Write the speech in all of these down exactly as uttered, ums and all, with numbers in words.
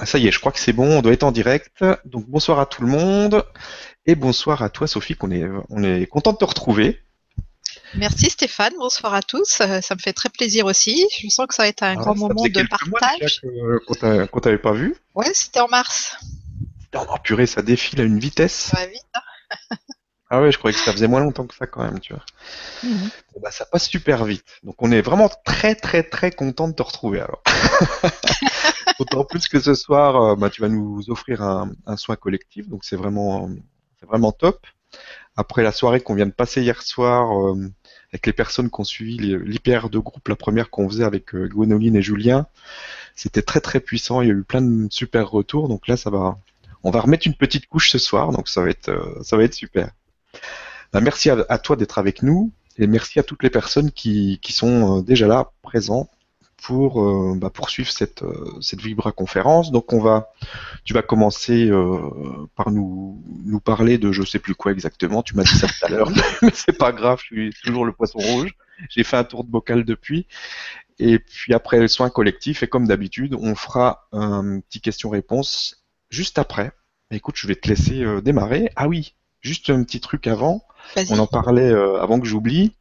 Ça y est, je crois que c'est bon, on doit être en direct. Donc bonsoir à tout le monde et bonsoir à toi Sophie, qu'on est, on est content de te retrouver. Merci Stéphane, bonsoir à tous. Euh, Ça me fait très plaisir aussi. Je sens que ça va être un Ah ouais, grand ça moment faisait de quelques mois déjà partage. que- qu'on t'a- qu'on t'avait pas vu. Ouais, c'était en mars. Oh purée, ça défile à une vitesse. Ça va vite, hein. Ah ouais, je croyais que ça faisait moins longtemps que ça quand même, tu vois. Mhm. Bon, bah, ça passe super vite. Donc on est vraiment très très très content de te retrouver alors. D'autant plus que ce soir, euh, bah, tu vas nous offrir un, un soin collectif, donc c'est vraiment, c'est vraiment top. Après la soirée qu'on vient de passer hier soir, euh, avec les personnes qui ont suivi l'I P R de groupe, la première qu'on faisait avec euh, Gwénoline et Julien, c'était très très puissant. Il y a eu plein de super retours. Donc là, ça va, on va remettre une petite couche ce soir. Donc ça va être, euh, ça va être super. Bah, merci à, à toi d'être avec nous et merci à toutes les personnes qui, qui sont euh, déjà là, présents pour euh, bah, poursuivre cette, euh, cette Vibra conférence. Donc on va, tu vas commencer euh, par nous, nous parler de je sais plus quoi exactement. Tu m'as dit ça tout à l'heure, mais c'est pas grave, je suis toujours le poisson rouge. J'ai fait un tour de bocal depuis. Et puis après le soin collectif, et comme d'habitude, on fera un petit question-réponse juste après. Écoute, je vais te laisser euh, démarrer. Ah oui, juste un petit truc avant. On Vas-y. en parlait euh, avant que j'oublie.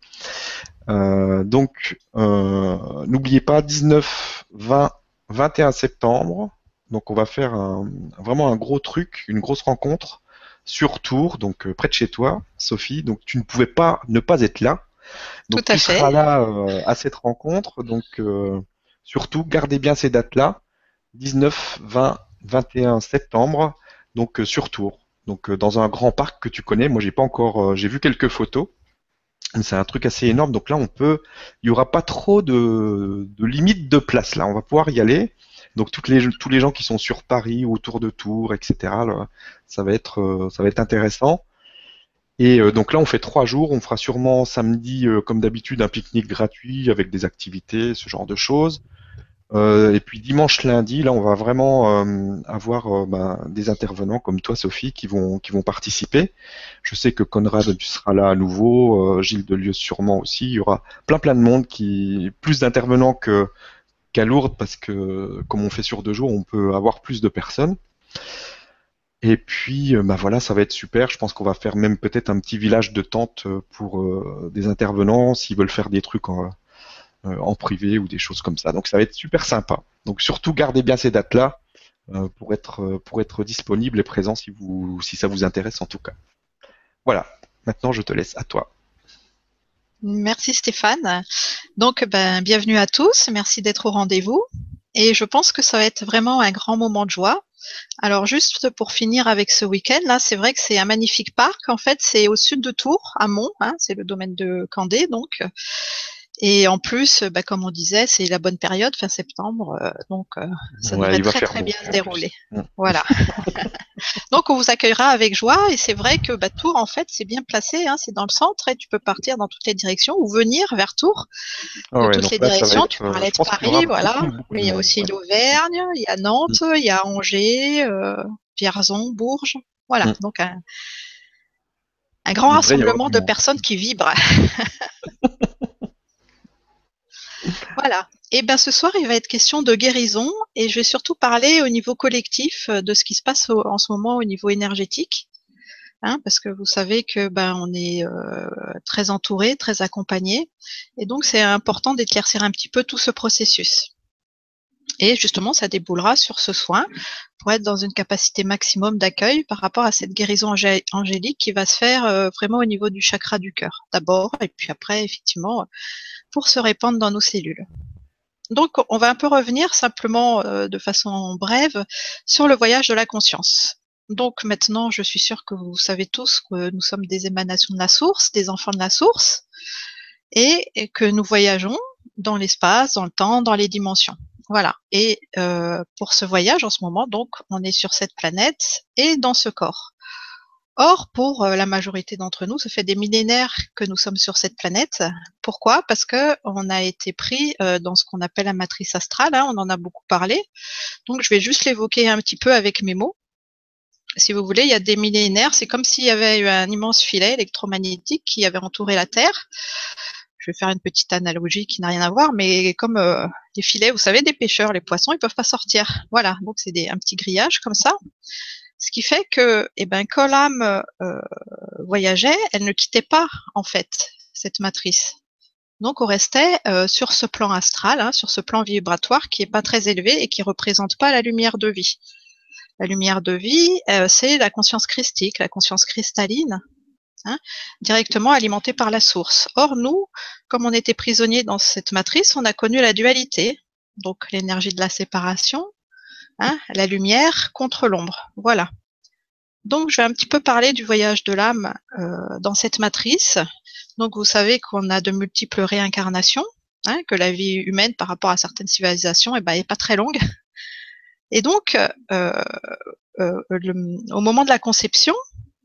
Euh, donc, euh, n'oubliez pas, dix-neuf, vingt, vingt et un septembre. Donc, on va faire un- vraiment un gros truc, une grosse rencontre sur Tours, donc euh, près de chez toi, Sophie. Donc, tu ne pouvais pas ne pas être là. Tout Donc, à tu fait. seras là euh, à cette rencontre. Donc, euh, surtout, gardez bien ces dates-là. dix-neuf, vingt, vingt et un septembre. Donc, euh, sur Tours. Donc, euh, dans un grand parc que tu connais. Moi, j'ai pas encore, euh, j'ai vu quelques photos. C'est un truc assez énorme, donc là on peut, il y aura pas trop de, de limites de place là, on va pouvoir y aller. Donc toutes les, tous les gens qui sont sur Paris ou autour de Tours, et cetera là, ça va être, euh, ça va être intéressant. Et euh, donc là on fait trois jours, on fera sûrement samedi euh, comme d'habitude un pique-nique gratuit avec des activités, ce genre de choses. Euh, et puis dimanche, lundi, là, on va vraiment euh, avoir euh, ben, des intervenants comme toi, Sophie, qui vont qui vont participer. Je sais que Conrad, tu seras là à nouveau, euh, Gilles Delieuse sûrement aussi. Il y aura plein plein de monde qui plus d'intervenants que qu'à Lourdes parce que comme on fait sur deux jours, on peut avoir plus de personnes. Et puis, euh, bah voilà, ça va être super. Je pense qu'on va faire même peut-être un petit village de tentes euh, pour euh, des intervenants s'ils veulent faire des trucs en, euh, en privé ou des choses comme ça. Donc ça va être super sympa. Donc surtout gardez bien ces dates-là euh, pour être euh, pour être disponible et présent si vous si ça vous intéresse en tout cas. Voilà. Maintenant je te laisse à toi. Merci Stéphane. Donc, ben, bienvenue à tous. Merci d'être au rendez-vous. Et je pense que ça va être vraiment un grand moment de joie. Alors, juste pour finir avec ce week-end, là, c'est vrai que c'est un magnifique parc. En fait, c'est au sud de Tours, à Mont, hein, c'est le domaine de Candé, donc. Et en plus, bah, comme on disait, c'est la bonne période, fin septembre, euh, donc euh, ça Ouais, devrait il va très faire très bon bien se en plus. dérouler. Mm. Voilà. Donc on vous accueillera avec joie et c'est vrai que bah, Tours en fait c'est bien placé, hein, c'est dans le centre et tu peux partir dans toutes les directions ou venir vers Tours Ah de ouais, toutes donc les là ça va directions. Tu être. euh, parlais je de pense qu'il y aura Paris, voilà, beaucoup beaucoup de mais il y a monde. aussi Ouais. l'Auvergne, il y a Mm. Nantes, il y a Angers, euh, Vierzon, Bourges. Voilà, Mm. donc un, un grand Il devrait y avoir rassemblement du de monde. personnes qui vibrent. Voilà. Et ben ce soir, il va être question de guérison et je vais surtout parler au niveau collectif euh, de ce qui se passe au- en ce moment au niveau énergétique, hein, parce que vous savez que ben on est euh, très entouré, très accompagné, et donc c'est important d'éclaircir un petit peu tout ce processus. Et justement, ça déboulera sur ce soin pour être dans une capacité maximum d'accueil par rapport à cette guérison angé- angélique qui va se faire euh, vraiment au niveau du chakra du cœur d'abord, et puis après, effectivement, pour se répandre dans nos cellules. Donc, on va un peu revenir simplement euh, de façon brève sur le voyage de la conscience. Donc maintenant, je suis sûre que vous savez tous que nous sommes des émanations de la source, des enfants de la source, et, et que nous voyageons dans l'espace, dans le temps, dans les dimensions. Voilà. Et euh, pour ce voyage, en ce moment, donc, on est sur cette planète et dans ce corps. Or, pour euh, la majorité d'entre nous, ça fait des millénaires que nous sommes sur cette planète. Pourquoi? Parce que on a été pris euh, dans ce qu'on appelle la matrice astrale, hein, on en a beaucoup parlé. Donc, je vais juste l'évoquer un petit peu avec mes mots. Si vous voulez, il y a des millénaires, c'est comme s'il y avait eu un immense filet électromagnétique qui avait entouré la Terre je vais faire une petite analogie qui n'a rien à voir, mais comme euh, les filets, vous savez, des pêcheurs, les poissons, ils peuvent pas sortir. Voilà, donc c'est des, un petit grillage comme ça. Ce qui fait que, eh ben, quand l'âme euh, voyageait, elle ne quittait pas, en fait, cette matrice. Donc, on restait euh, sur ce plan astral, hein, sur ce plan vibratoire qui est pas très élevé et qui représente pas la lumière de vie. La lumière de vie, euh, c'est la conscience christique, la conscience cristalline, hein, directement alimentée par la source. Or, nous, comme on était prisonniers dans cette matrice, on a connu la dualité, donc l'énergie de la séparation, hein, la lumière contre l'ombre. Voilà. Donc, je vais un petit peu parler du voyage de l'âme euh, dans cette matrice. Donc, vous savez qu'on a de multiples réincarnations, hein, que la vie humaine, par rapport à certaines civilisations, eh ben, est pas très longue. Et donc, euh, euh, le, au moment de la conception,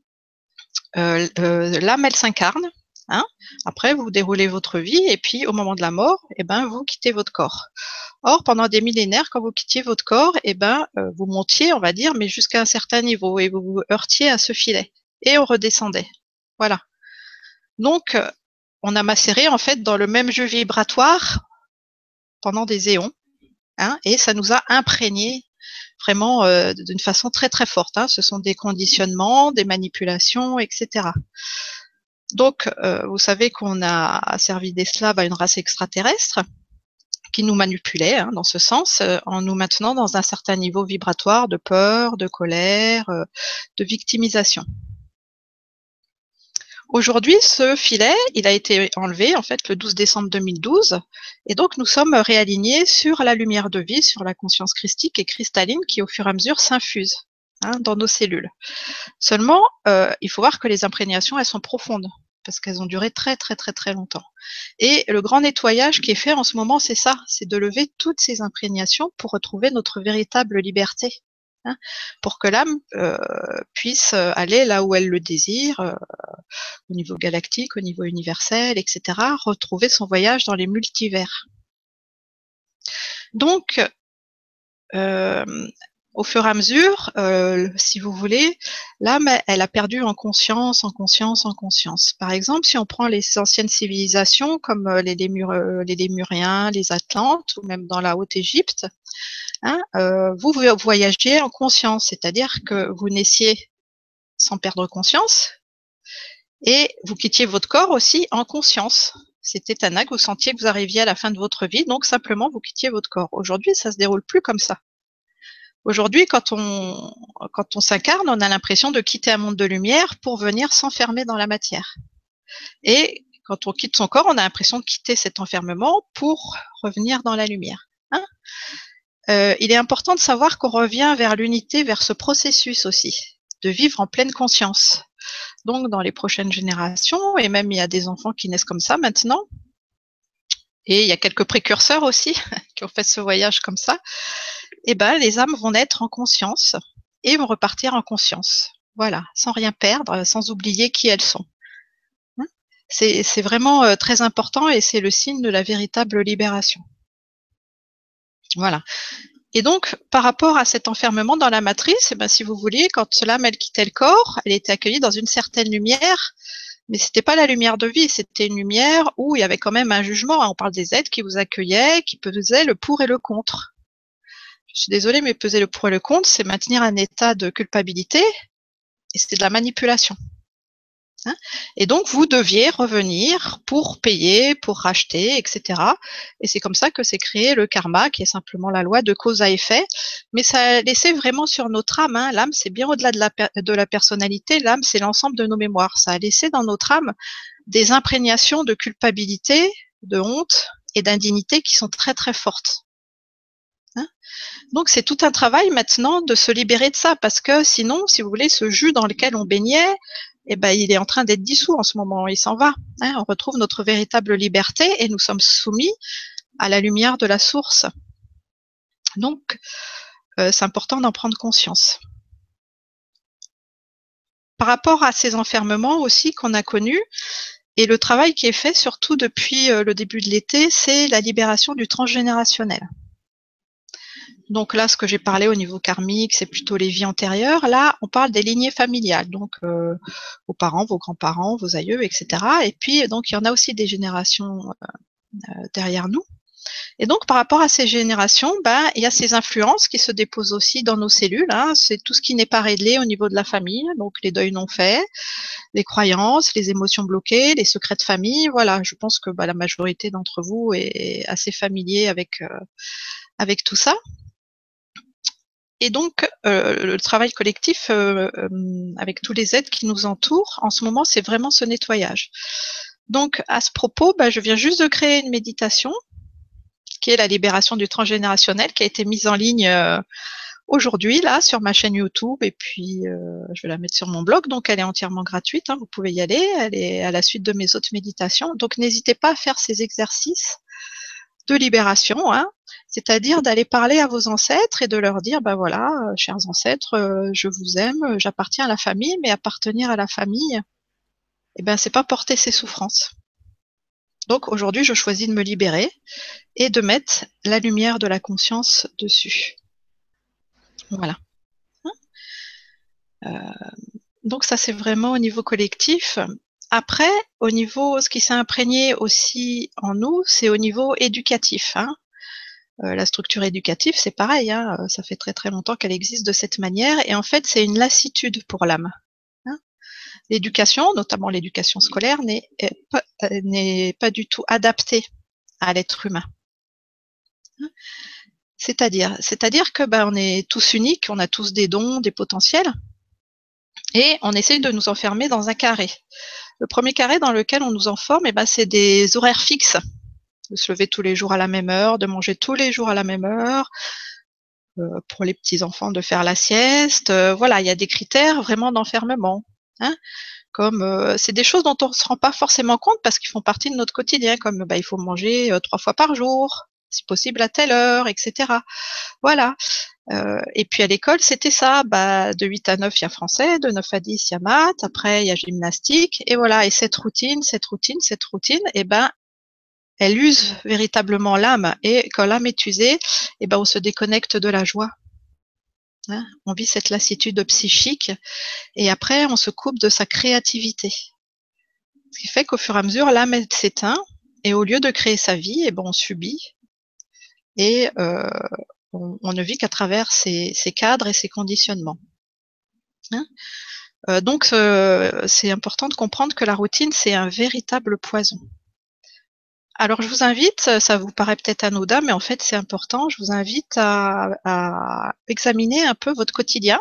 euh, euh, l'âme, elle s'incarne. Hein. Après, vous déroulez votre vie, et puis au moment de la mort, eh ben, vous quittez votre corps. Or, pendant des millénaires, quand vous quittiez votre corps, eh ben, euh, vous montiez, on va dire, mais jusqu'à un certain niveau, et vous vous heurtiez à ce filet, et on redescendait. Voilà. Donc, euh, on a macéré en fait dans le même jeu vibratoire pendant des éons, hein, et ça nous a imprégné vraiment euh, d'une façon très très forte. Hein. Ce sont des conditionnements, des manipulations, et cetera. Donc, euh, vous savez qu'on a servi d'esclaves à une race extraterrestre qui nous manipulait, hein, dans ce sens, euh, en nous maintenant dans un certain niveau vibratoire de peur, de colère, euh, de victimisation. Aujourd'hui, ce filet, il a été enlevé en fait le douze décembre deux mille douze, et donc nous sommes réalignés sur la lumière de vie, sur la conscience christique et cristalline qui au fur et à mesure s'infuse, hein, dans nos cellules. Seulement, euh, il faut voir que les imprégnations, elles sont profondes, parce qu'elles ont duré très très très très longtemps. Et le grand nettoyage qui est fait en ce moment, c'est ça, c'est de lever toutes ces imprégnations pour retrouver notre véritable liberté. Hein, pour que l'âme euh, puisse aller là où elle le désire, euh, au niveau galactique, au niveau universel, et cetera, retrouver son voyage dans les multivers. Donc, euh, au fur et à mesure, euh, si vous voulez, l'âme, elle a perdu en conscience, en conscience, en conscience. Par exemple, si on prend les anciennes civilisations comme les, Lémur, les Lémuriens, les Atlantes, ou même dans la Haute-Égypte, hein, euh, vous, vous voyagez en conscience, c'est-à-dire que vous naissiez sans perdre conscience, et vous quittiez votre corps aussi en conscience. C'était un acte, vous sentiez que vous arriviez à la fin de votre vie, donc simplement vous quittiez votre corps. Aujourd'hui, ça se déroule plus comme ça. Aujourd'hui, quand on, quand on s'incarne, on a l'impression de quitter un monde de lumière pour venir s'enfermer dans la matière. Et quand on quitte son corps, on a l'impression de quitter cet enfermement pour revenir dans la lumière. Hein, euh, il est important de savoir qu'on revient vers l'unité, vers ce processus aussi, de vivre en pleine conscience. Donc, dans les prochaines générations, et même il y a des enfants qui naissent comme ça maintenant, et il y a quelques précurseurs aussi qui ont fait ce voyage comme ça, et ben les âmes vont naître en conscience et vont repartir en conscience. Voilà, sans rien perdre, sans oublier qui elles sont. C'est, c'est vraiment euh, très important et c'est le signe de la véritable libération. Voilà. Et donc, par rapport à cet enfermement dans la matrice, eh ben, si vous voulez, quand l'âme, elle quittait le corps, elle était accueillie dans une certaine lumière, mais c'était pas la lumière de vie, c'était une lumière où il y avait quand même un jugement. On parle des êtres qui vous accueillaient, qui pesaient le pour et le contre. Je suis désolée, mais peser le pour et le contre, c'est maintenir un état de culpabilité et c'est de la manipulation. Hein, et donc, vous deviez revenir pour payer, pour racheter, et cetera. Et c'est comme ça que s'est créé le karma, qui est simplement la loi de cause à effet. Mais ça a laissé vraiment sur notre âme. Hein. L'âme, c'est bien au-delà de la, de la personnalité. L'âme, c'est l'ensemble de nos mémoires. Ça a laissé dans notre âme des imprégnations de culpabilité, de honte et d'indignité qui sont très, très fortes. Hein, donc, c'est tout un travail maintenant de se libérer de ça, parce que sinon, si vous voulez, ce jus dans lequel on baignait, eh ben, il est en train d'être dissous en ce moment, il s'en va. Hein, on retrouve notre véritable liberté et nous sommes soumis à la lumière de la source. Donc, euh, c'est important d'en prendre conscience. Par rapport à ces enfermements aussi qu'on a connus, et le travail qui est fait surtout depuis euh, le début de l'été, c'est la libération du transgénérationnel. Donc là, ce que j'ai parlé au niveau karmique, c'est plutôt les vies antérieures. Là, on parle des lignées familiales, donc euh, vos parents, vos grands-parents, vos aïeux, et cetera. Et puis, donc, il y en a aussi des générations euh, derrière nous. Et donc, par rapport à ces générations, ben, il y a ces influences qui se déposent aussi dans nos cellules. Hein. C'est tout ce qui n'est pas réglé au niveau de la famille, donc les deuils non faits, les croyances, les émotions bloquées, les secrets de famille. Voilà, je pense que bah, la majorité d'entre vous est assez familier avec euh, avec tout ça. Et donc, euh, le travail collectif euh, euh, avec tous les êtres qui nous entourent, en ce moment, c'est vraiment ce nettoyage. Donc, à ce propos, bah, je viens juste de créer une méditation qui est la libération du transgénérationnel, qui a été mise en ligne euh, aujourd'hui, là, sur ma chaîne YouTube, et puis euh, je vais la mettre sur mon blog, donc elle est entièrement gratuite, hein, vous pouvez y aller, elle est à la suite de mes autres méditations. Donc, n'hésitez pas à faire ces exercices de libération, hein, c'est-à-dire d'aller parler à vos ancêtres et de leur dire, ben voilà, euh, chers ancêtres, euh, je vous aime, euh, j'appartiens à la famille, mais appartenir à la famille, eh ben c'est pas porter ses souffrances. Donc aujourd'hui, je choisis de me libérer et de mettre la lumière de la conscience dessus. Voilà. Euh, donc ça, c'est vraiment au niveau collectif. Après, au niveau, ce qui s'est imprégné aussi en nous, c'est au niveau éducatif, hein. Euh, la structure éducative, c'est pareil, hein, ça fait très très longtemps qu'elle existe de cette manière, et en fait, c'est une lassitude pour l'âme. Hein. L'éducation, notamment l'éducation scolaire, n'est pas, n'est pas du tout adaptée à l'être humain. Hein. C'est-à-dire, c'est-à-dire que ben, on est tous uniques, on a tous des dons, des potentiels, et on essaie de nous enfermer dans un carré. Le premier carré dans lequel on nous enferme, eh ben, c'est des horaires fixes. De se lever tous les jours à la même heure, de manger tous les jours à la même heure, euh, pour les petits-enfants de faire la sieste. Euh, voilà, il y a des critères vraiment d'enfermement. Hein, comme euh, c'est des choses dont on ne se rend pas forcément compte parce qu'ils font partie de notre quotidien, comme bah, il faut manger euh, trois fois par jour, si possible à telle heure, et cetera. Voilà. Euh, et puis à l'école, c'était ça. Bah, de huit à neuf, il y a français, de neuf à dix, il y a maths, après il y a gymnastique, et voilà. Et cette routine, cette routine, cette routine, et eh ben elle use véritablement l'âme. Et quand l'âme est usée, eh ben, on se déconnecte de la joie. Hein, on vit cette lassitude psychique et après, on se coupe de sa créativité. Ce qui fait qu'au fur et à mesure, l'âme s'éteint et au lieu de créer sa vie, eh ben, on subit et euh, on, on ne vit qu'à travers ces, ces cadres et ces conditionnements. Hein, euh, donc, euh, c'est important de comprendre que la routine, c'est un véritable poison. Alors, je vous invite, ça vous paraît peut-être anodin, mais en fait, c'est important, je vous invite à, à examiner un peu votre quotidien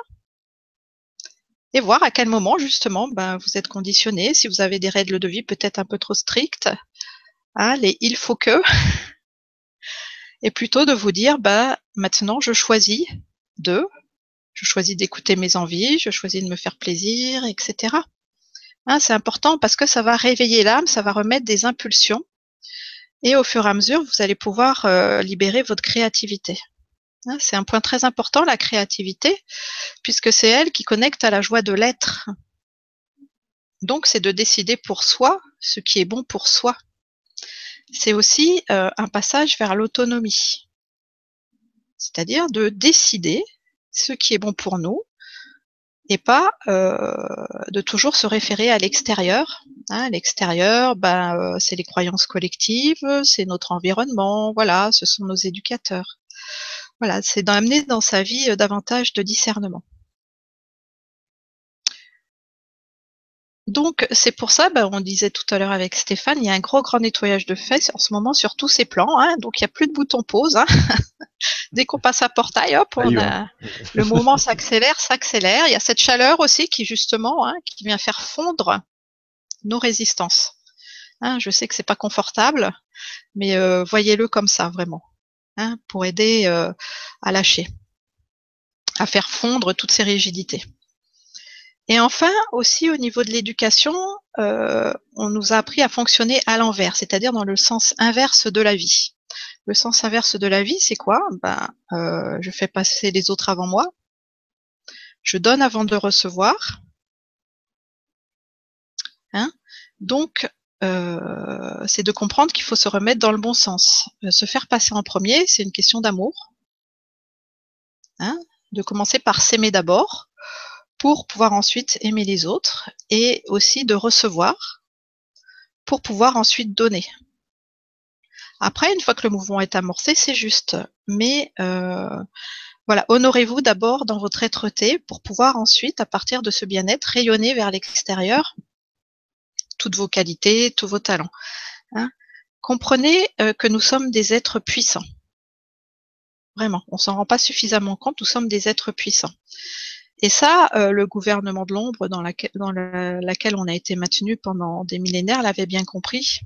et voir à quel moment, justement, ben, vous êtes conditionné, si vous avez des règles de vie peut-être un peu trop strictes, hein, les il faut que, et plutôt de vous dire, ben, maintenant, je choisis de, je choisis d'écouter mes envies, je choisis de me faire plaisir, et cetera. Hein, c'est important parce que ça va réveiller l'âme, ça va remettre des impulsions. Et au fur et à mesure, vous allez pouvoir euh, libérer votre créativité. Hein, c'est un point très important, la créativité, puisque c'est elle qui connecte à la joie de l'être. Donc, c'est de décider pour soi ce qui est bon pour soi. C'est aussi euh, un passage vers l'autonomie, c'est-à-dire de décider ce qui est bon pour nous et pas euh, de toujours se référer à l'extérieur. Hein, l'extérieur, ben, euh, c'est les croyances collectives, c'est notre environnement, voilà, ce sont nos éducateurs. Voilà, c'est d'amener dans sa vie euh, davantage de discernement. Donc, c'est pour ça, ben, on disait tout à l'heure avec Stéphane, il y a un gros, grand nettoyage de fesses en ce moment sur tous ces plans. Hein, donc, il n'y a plus de bouton pause. Hein. Dès qu'on passe à portail, hop, on a, le mouvement s'accélère, s'accélère. Il y a cette chaleur aussi qui, justement, hein, qui vient faire fondre nos résistances. Hein, je sais que c'est pas confortable, mais euh, voyez-le comme ça, vraiment, hein, pour aider euh, à lâcher, à faire fondre toutes ces rigidités. Et enfin, aussi au niveau de l'éducation, euh, on nous a appris à fonctionner à l'envers, c'est-à-dire dans le sens inverse de la vie. Le sens inverse de la vie, c'est quoi? Ben, euh, je fais passer les autres avant moi, je donne avant de recevoir. Hein, donc, euh, c'est de comprendre qu'il faut se remettre dans le bon sens. Euh, se faire passer en premier, c'est une question d'amour. hein, de commencer par s'aimer d'abord, pour pouvoir ensuite aimer les autres, et aussi de recevoir, pour pouvoir ensuite donner. Après, une fois que le mouvement est amorcé, c'est juste. Mais euh, voilà, honorez-vous d'abord dans votre êtreté pour pouvoir ensuite, à partir de ce bien-être, rayonner vers l'extérieur toutes vos qualités, tous vos talents. Hein. Comprenez euh, que nous sommes des êtres puissants. Vraiment, on s'en rend pas suffisamment compte, nous sommes des êtres puissants. Et ça, euh, le gouvernement de l'ombre dans, laquelle, dans la, laquelle on a été maintenu pendant des millénaires l'avait bien compris.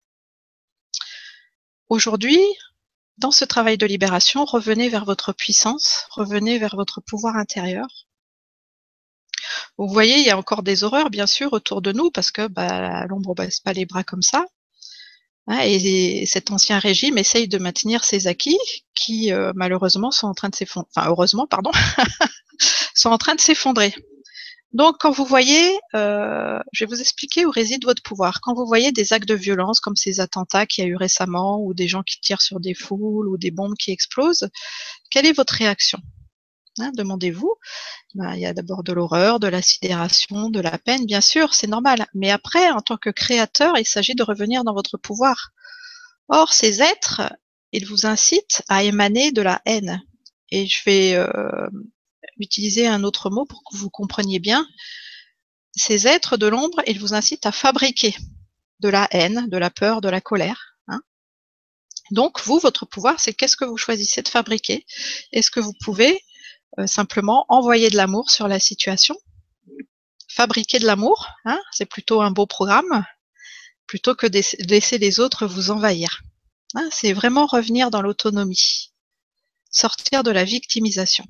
Aujourd'hui, dans ce travail de libération, revenez vers votre puissance, revenez vers votre pouvoir intérieur. Vous voyez, il y a encore des horreurs, bien sûr, autour de nous, parce que bah, l'ombre ne baisse pas les bras comme ça. Hein, et, et cet ancien régime essaye de maintenir ses acquis, qui euh, malheureusement sont en train de s'effondrer. Enfin, heureusement, pardon, sont en train de s'effondrer. Donc, quand vous voyez, euh, je vais vous expliquer où réside votre pouvoir. Quand vous voyez des actes de violence comme ces attentats qu'il y a eu récemment, ou des gens qui tirent sur des foules, ou des bombes qui explosent, quelle est votre réaction? Hein, demandez-vous. Ben, il y a d'abord de l'horreur, de la sidération, de la peine, bien sûr, c'est normal. Mais après, en tant que créateur, il s'agit de revenir dans votre pouvoir. Or, ces êtres, ils vous incitent à émaner de la haine. Et je vais euh, utiliser un autre mot pour que vous compreniez bien. Ces êtres de l'ombre, ils vous incitent à fabriquer de la haine, de la peur, de la colère. Hein. Donc, vous, votre pouvoir, c'est qu'est-ce que vous choisissez de fabriquer? Est-ce que vous pouvez euh, simplement envoyer de l'amour sur la situation? Fabriquer de l'amour, hein, c'est plutôt un beau programme, plutôt que de laisser les autres vous envahir. Hein, c'est vraiment revenir dans l'autonomie, sortir de la victimisation.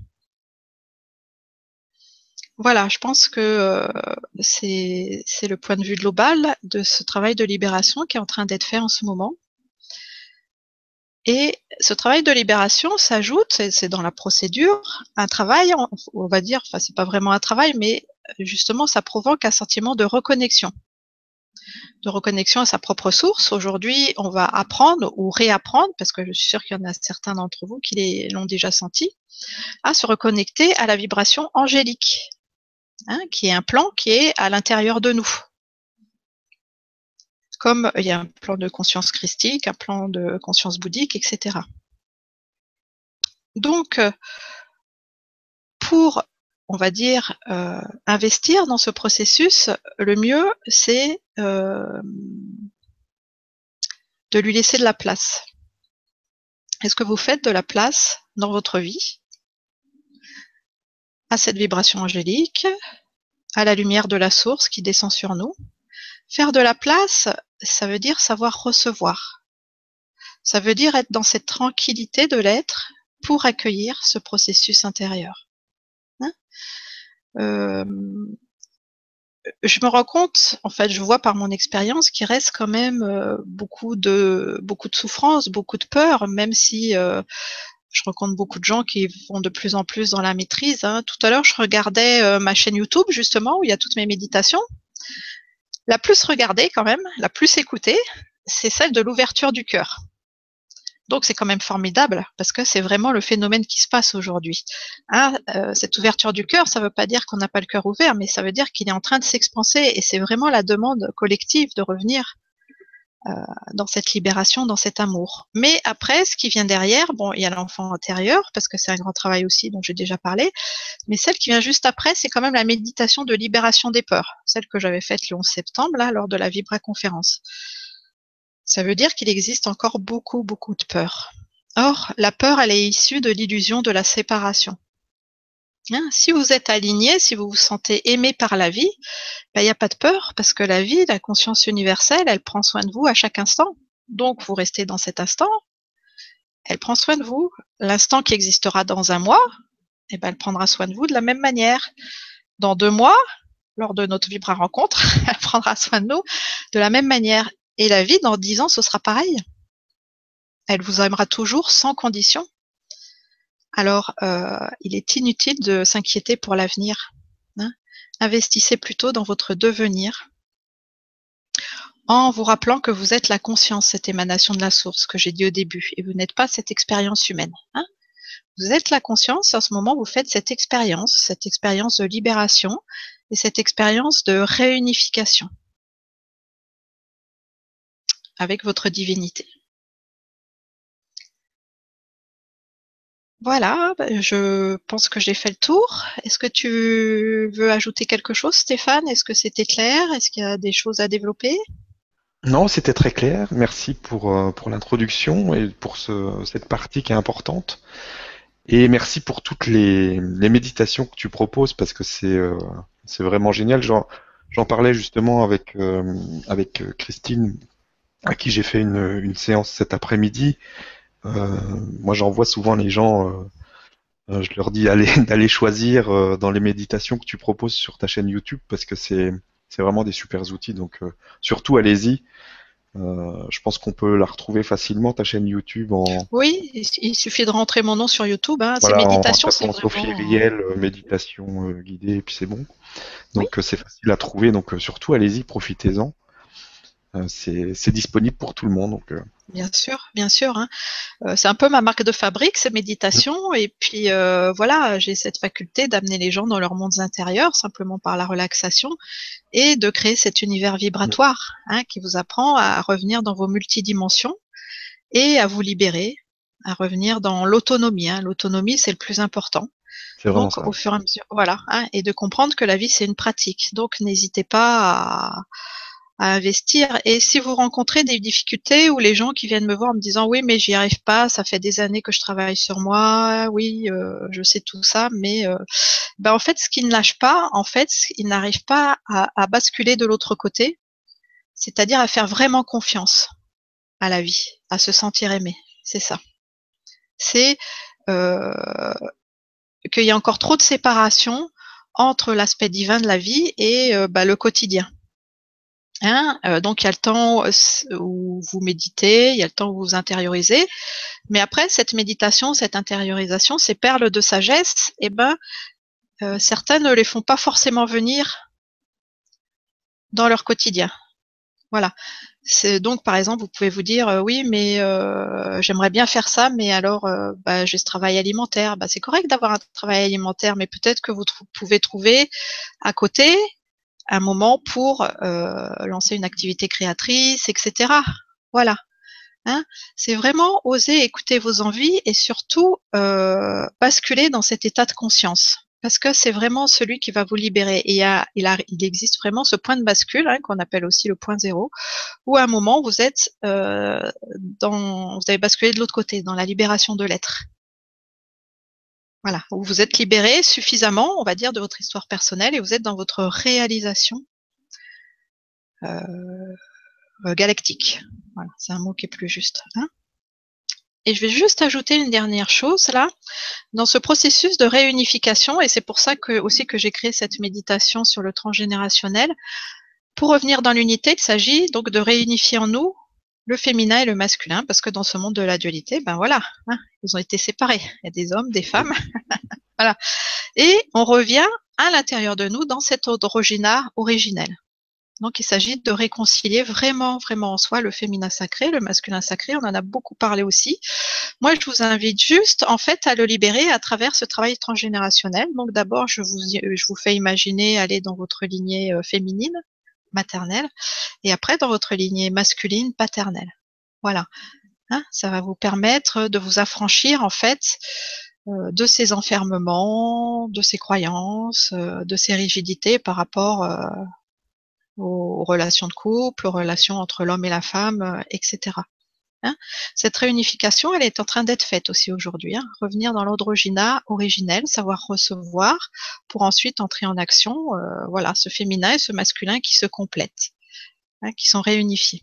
Voilà, je pense que euh, c'est le point de vue global de ce travail de libération qui est en train d'être fait en ce moment. Et ce travail de libération s'ajoute, c'est dans la procédure, un travail, on va dire, enfin c'est pas vraiment un travail, mais justement ça provoque un sentiment de reconnexion. De reconnexion à sa propre source. Aujourd'hui, on va apprendre ou réapprendre, parce que je suis sûre qu'il y en a certains d'entre vous qui l'ont déjà senti, à se reconnecter à la vibration angélique, hein, qui est un plan qui est à l'intérieur de nous. Comme il y a un plan de conscience christique, un plan de conscience bouddhique, et cetera. Donc, pour, on va dire, euh, investir dans ce processus, le mieux, c'est euh, de lui laisser de la place. Est-ce que vous faites de la place dans votre vie à cette vibration angélique, à la lumière de la source qui descend sur nous? Faire de la place, ça veut dire savoir recevoir. Ça veut dire être dans cette tranquillité de l'être pour accueillir ce processus intérieur. Hein euh, je me rends compte, en fait, je vois par mon expérience qu'il reste quand même euh, beaucoup de beaucoup de souffrance, beaucoup de peur, même si euh, je rencontre beaucoup de gens qui vont de plus en plus dans la maîtrise. Hein. Tout à l'heure, je regardais euh, ma chaîne YouTube, justement, où il y a toutes mes méditations. La plus regardée, quand même, la plus écoutée, c'est celle de l'ouverture du cœur. Donc, c'est quand même formidable, parce que c'est vraiment le phénomène qui se passe aujourd'hui. Hein, euh, cette ouverture du cœur, ça ne veut pas dire qu'on n'a pas le cœur ouvert, mais ça veut dire qu'il est en train de s'expanser, et c'est vraiment la demande collective de revenir Euh, dans cette libération, dans cet amour. Mais après, ce qui vient derrière, bon, il y a l'enfant intérieur, parce que c'est un grand travail aussi dont j'ai déjà parlé, mais celle qui vient juste après, c'est quand même la méditation de libération des peurs, celle que j'avais faite le onze septembre, là, lors de la Vibra conférence. Ça veut dire qu'il existe encore beaucoup, beaucoup de peurs. Or, la peur, elle est issue de l'illusion de la séparation. Hein, si vous êtes aligné, si vous vous sentez aimé par la vie, ben, il n'y a pas de peur, parce que la vie, la conscience universelle, elle prend soin de vous à chaque instant. Donc, vous restez dans cet instant, elle prend soin de vous. L'instant qui existera dans un mois, eh ben, elle prendra soin de vous de la même manière. Dans deux mois, lors de notre Vibra rencontre, elle prendra soin de nous de la même manière. Et la vie, dans dix ans, ce sera pareil. Elle vous aimera toujours sans condition. Alors, euh, il est inutile de s'inquiéter pour l'avenir. Hein. Investissez plutôt dans votre devenir en vous rappelant que vous êtes la conscience, cette émanation de la source que j'ai dit au début, et vous n'êtes pas cette expérience humaine. Hein. Vous êtes la conscience et en ce moment, vous faites cette expérience, cette expérience de libération et cette expérience de réunification avec votre divinité. Voilà, je pense que j'ai fait le tour. Est-ce que tu veux ajouter quelque chose, Stéphane? Est-ce que c'était clair? Est-ce qu'il y a des choses à développer? Non, c'était très clair. Merci pour, euh, pour l'introduction et pour ce, cette partie qui est importante. Et merci pour toutes les, les méditations que tu proposes parce que c'est euh, c'est vraiment génial. J'en j'en parlais justement avec, euh, avec Christine, à qui j'ai fait une, une séance cet après-midi. Euh, moi, j'envoie souvent les gens, euh, euh, je leur dis d'aller d'aller choisir euh, dans les méditations que tu proposes sur ta chaîne YouTube parce que c'est c'est vraiment des super outils. Donc euh, surtout, allez-y. Euh, je pense qu'on peut la retrouver facilement, ta chaîne YouTube, en, Oui, il il suffit de rentrer mon nom sur YouTube, hein. Ces voilà, en, en méditations, c'est tapant Sophie vraiment… euh, Riel, euh, méditation euh, guidée, et puis c'est bon. Oui, Donc euh, c'est facile à trouver, donc euh, surtout allez-y, profitez-en. Euh, c'est c'est disponible pour tout le monde. Donc, euh, bien sûr, bien sûr, hein. Euh, c'est un peu ma marque de fabrique, ces méditations. Et puis euh, voilà, j'ai cette faculté d'amener les gens dans leurs mondes intérieurs simplement par la relaxation et de créer cet univers vibratoire, hein, qui vous apprend à revenir dans vos multidimensions et à vous libérer, à revenir dans l'autonomie, hein. L'autonomie, c'est le plus important. c'est vraiment Donc, ça. au fur et à mesure, voilà, hein, et de comprendre que la vie, c'est une pratique. Donc, n'hésitez pas à, à investir. Et si vous rencontrez des difficultés ou les gens qui viennent me voir en me disant oui, mais j'y arrive pas, ça fait des années que je travaille sur moi, oui, euh, je sais tout ça, mais euh, ben en fait, ce qui ne lâche pas, en fait, ils n'arrivent pas à, à basculer de l'autre côté, c'est-à-dire à faire vraiment confiance à la vie, à se sentir aimé. C'est ça. C'est euh, qu'il y a encore trop de séparation entre l'aspect divin de la vie et euh, bah, le quotidien. Hein, euh, donc il y a le temps où vous méditez, il y a le temps où vous vous intériorisez, mais après cette méditation, cette intériorisation, ces perles de sagesse, eh ben euh, certaines ne les font pas forcément venir dans leur quotidien. Voilà. C'est donc par exemple, vous pouvez vous dire euh, oui, mais euh, j'aimerais bien faire ça, mais alors euh, bah, j'ai ce travail alimentaire. Bah, c'est correct d'avoir un travail alimentaire, mais peut-être que vous tr- pouvez trouver à côté un moment pour euh, lancer une activité créatrice, et cetera. Voilà. Hein, c'est vraiment oser écouter vos envies et surtout euh, basculer dans cet état de conscience. Parce que c'est vraiment celui qui va vous libérer. Et il, y a, il, a, il existe vraiment ce point de bascule, hein, qu'on appelle aussi le point zéro, où à un moment vous êtes euh, dans, vous avez basculé de l'autre côté, dans la libération de l'être. Voilà, où vous êtes libéré suffisamment, on va dire, de votre histoire personnelle et vous êtes dans votre réalisation euh, galactique. Voilà, c'est un mot qui est plus juste. Hein. Et je vais juste ajouter une dernière chose là, dans ce processus de réunification, et c'est pour ça que aussi que j'ai créé cette méditation sur le transgénérationnel. Pour revenir dans l'unité, il s'agit donc de réunifier en nous le féminin et le masculin, parce que dans ce monde de la dualité, ben voilà, hein, ils ont été séparés. Il y a des hommes, des femmes, voilà. Et on revient à l'intérieur de nous dans cet androgyna originel. Donc, il s'agit de réconcilier vraiment, vraiment en soi le féminin sacré, le masculin sacré. On en a beaucoup parlé aussi. Moi, je vous invite juste, en fait, à le libérer à travers ce travail transgénérationnel. Donc, d'abord, je vous, je vous fais imaginer aller dans votre lignée féminine, maternelle, et après dans votre lignée masculine, paternelle. Voilà. Hein, ça va vous permettre de vous affranchir, en fait, euh, de ces enfermements, de ces croyances, euh, de ces rigidités par rapport euh, aux relations de couple, aux relations entre l'homme et la femme, euh, et cetera. Hein, cette réunification, elle est en train d'être faite aussi aujourd'hui. Hein, revenir dans l'androgyna originel, savoir recevoir, pour ensuite entrer en action. Euh, voilà, ce féminin et ce masculin qui se complètent, hein, qui sont réunifiés.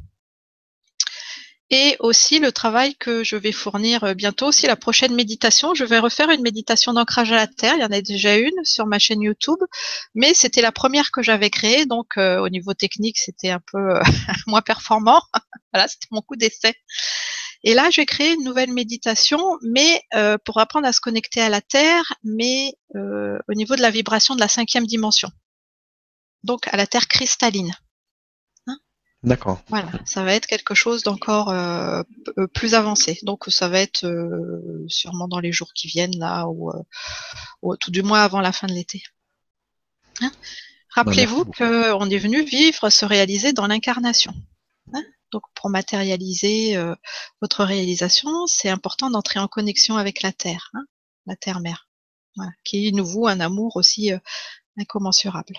Et aussi le travail que je vais fournir bientôt, aussi la prochaine méditation. Je vais refaire une méditation d'ancrage à la terre. Il y en a déjà une sur ma chaîne YouTube, mais c'était la première que j'avais créée, donc euh, au niveau technique, c'était un peu euh, moins performant. Voilà, c'était mon coup d'essai. Et là, je vais créer une nouvelle méditation, mais euh, pour apprendre à se connecter à la terre, mais euh, au niveau de la vibration de la cinquième dimension, donc à la terre cristalline. Hein. D'accord. Voilà, ça va être quelque chose d'encore euh, p- plus avancé. Donc ça va être euh, sûrement dans les jours qui viennent là, ou, euh, ou tout du moins avant la fin de l'été. Hein. Bah, merci Rappelez-vous beaucoup. qu'on est venu vivre, se réaliser dans l'incarnation. Hein. Donc pour matérialiser euh, votre réalisation, c'est important d'entrer en connexion avec la Terre, hein, la Terre-Mère, voilà, qui nous voue un amour aussi euh, incommensurable.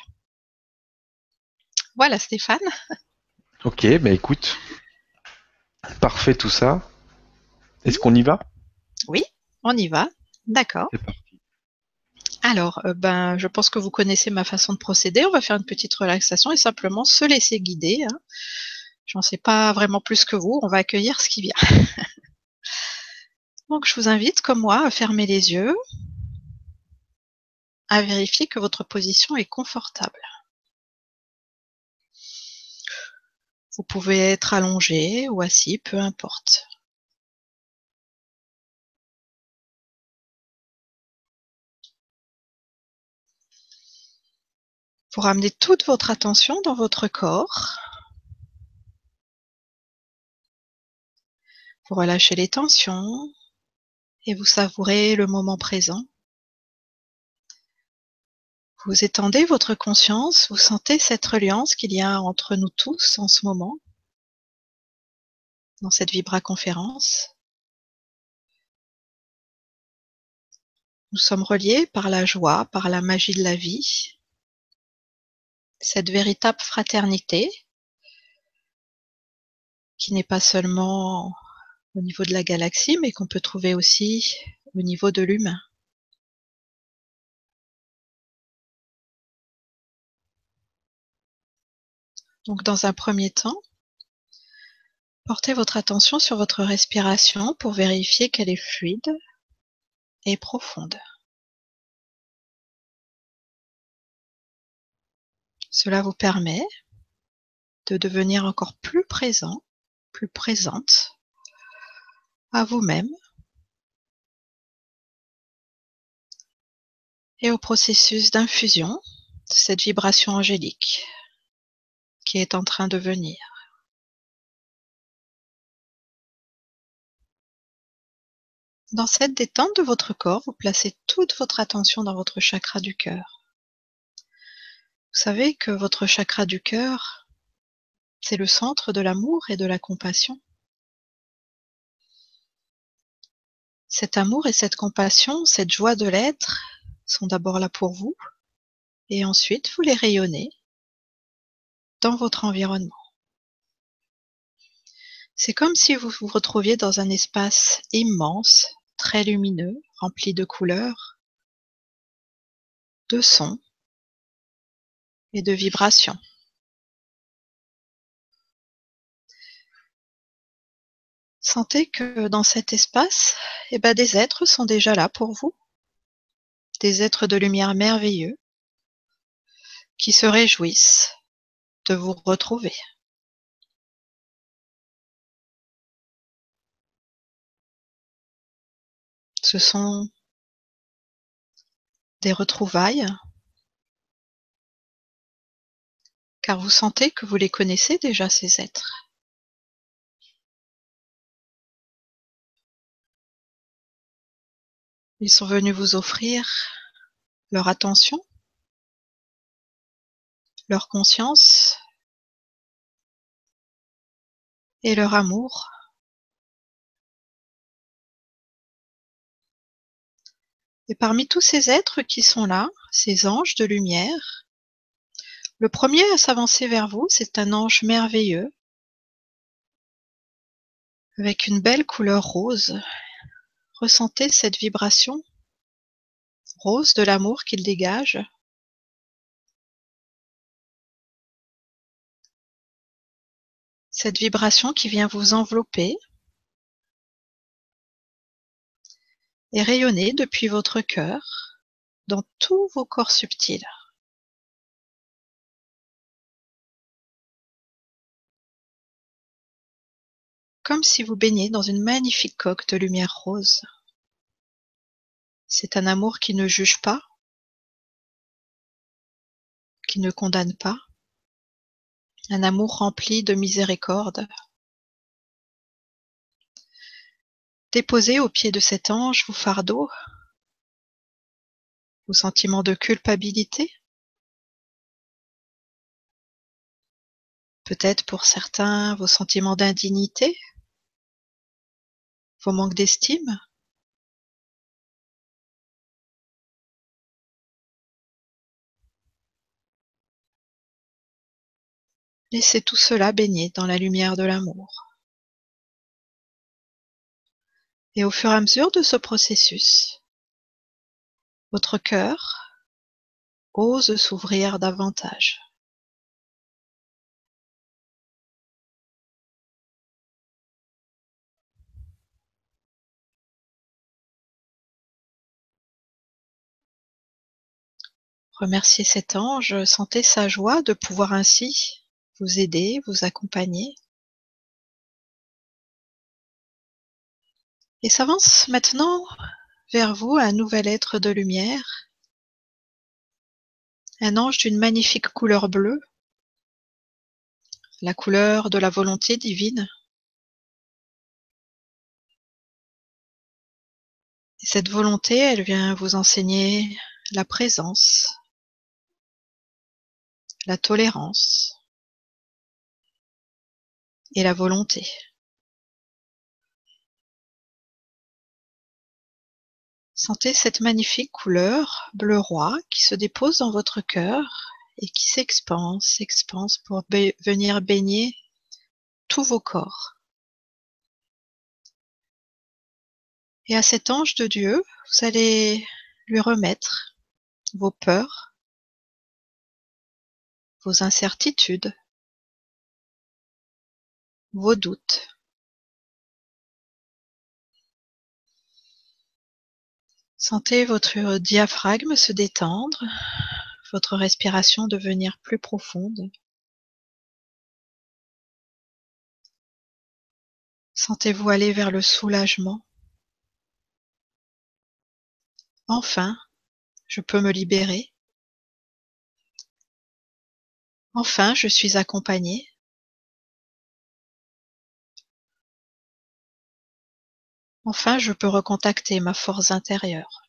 Voilà Stéphane. Ok, bah écoute, parfait tout ça. Hmm. Est-ce qu'on y va? Oui, on y va. D'accord. C'est parti. Alors, euh, ben, je pense que vous connaissez ma façon de procéder. On va faire une petite relaxation et simplement se laisser guider. Hein. J'en sais pas vraiment plus que vous. On va accueillir ce qui vient. Donc, je vous invite, comme moi, à fermer les yeux, à vérifier que votre position est confortable. Vous pouvez être allongé ou assis, peu importe. Vous ramenez toute votre attention dans votre corps. Vous relâchez les tensions et vous savourez le moment présent. Vous étendez votre conscience, vous sentez cette reliance qu'il y a entre nous tous en ce moment, dans cette vibra-conférence. Nous sommes reliés par la joie, par la magie de la vie, cette véritable fraternité qui n'est pas seulement au niveau de la galaxie, mais qu'on peut trouver aussi au niveau de l'humain. Donc dans un premier temps, portez votre attention sur votre respiration pour vérifier qu'elle est fluide et profonde. Cela vous permet de devenir encore plus présent, plus présente à vous-même et au processus d'infusion de cette vibration angélique qui est en train de venir. Dans cette détente de votre corps, vous placez toute votre attention dans votre chakra du cœur. Vous savez que votre chakra du cœur, c'est le centre de l'amour et de la compassion. Cet amour et cette compassion, cette joie de l'être, sont d'abord là pour vous, et ensuite vous les rayonnez dans votre environnement. C'est comme si vous vous retrouviez dans un espace immense, très lumineux, rempli de couleurs, de sons et de vibrations. Sentez que dans cet espace, eh ben, des êtres sont déjà là pour vous, des êtres de lumière merveilleux qui se réjouissent de vous retrouver. Ce sont des retrouvailles, car vous sentez que vous les connaissez déjà, ces êtres. Ils sont venus vous offrir leur attention, leur conscience et leur amour. Et parmi tous ces êtres qui sont là, ces anges de lumière, le premier à s'avancer vers vous, c'est un ange merveilleux, avec une belle couleur rose. Ressentez cette vibration rose de l'amour qu'il dégage. Cette vibration qui vient vous envelopper et rayonner depuis votre cœur dans tous vos corps subtils. Comme si vous baigniez dans une magnifique coque de lumière rose. C'est un amour qui ne juge pas, qui ne condamne pas, un amour rempli de miséricorde. Déposez au pied de cet ange vos fardeaux, vos sentiments de culpabilité, peut-être pour certains vos sentiments d'indignité, vos manques d'estime. Laissez tout cela baigner dans la lumière de l'amour. Et au fur et à mesure de ce processus, votre cœur ose s'ouvrir davantage. Remerciez cet ange, sentez sa joie de pouvoir ainsi vous aider, vous accompagner. Et s'avance maintenant vers vous un nouvel être de lumière, un ange d'une magnifique couleur bleue, la couleur de la volonté divine. Et cette volonté, elle vient vous enseigner la présence, la tolérance et la volonté. Sentez cette magnifique couleur bleu roi qui se dépose dans votre cœur et qui s'expanse, s'expanse pour ba- venir baigner tous vos corps. Et à cet ange de Dieu, vous allez lui remettre vos peurs, vos incertitudes, vos doutes. Sentez votre diaphragme se détendre, votre respiration devenir plus profonde. Sentez-vous aller vers le soulagement. Enfin, je peux me libérer. Enfin, je suis accompagné. Enfin, je peux recontacter ma force intérieure.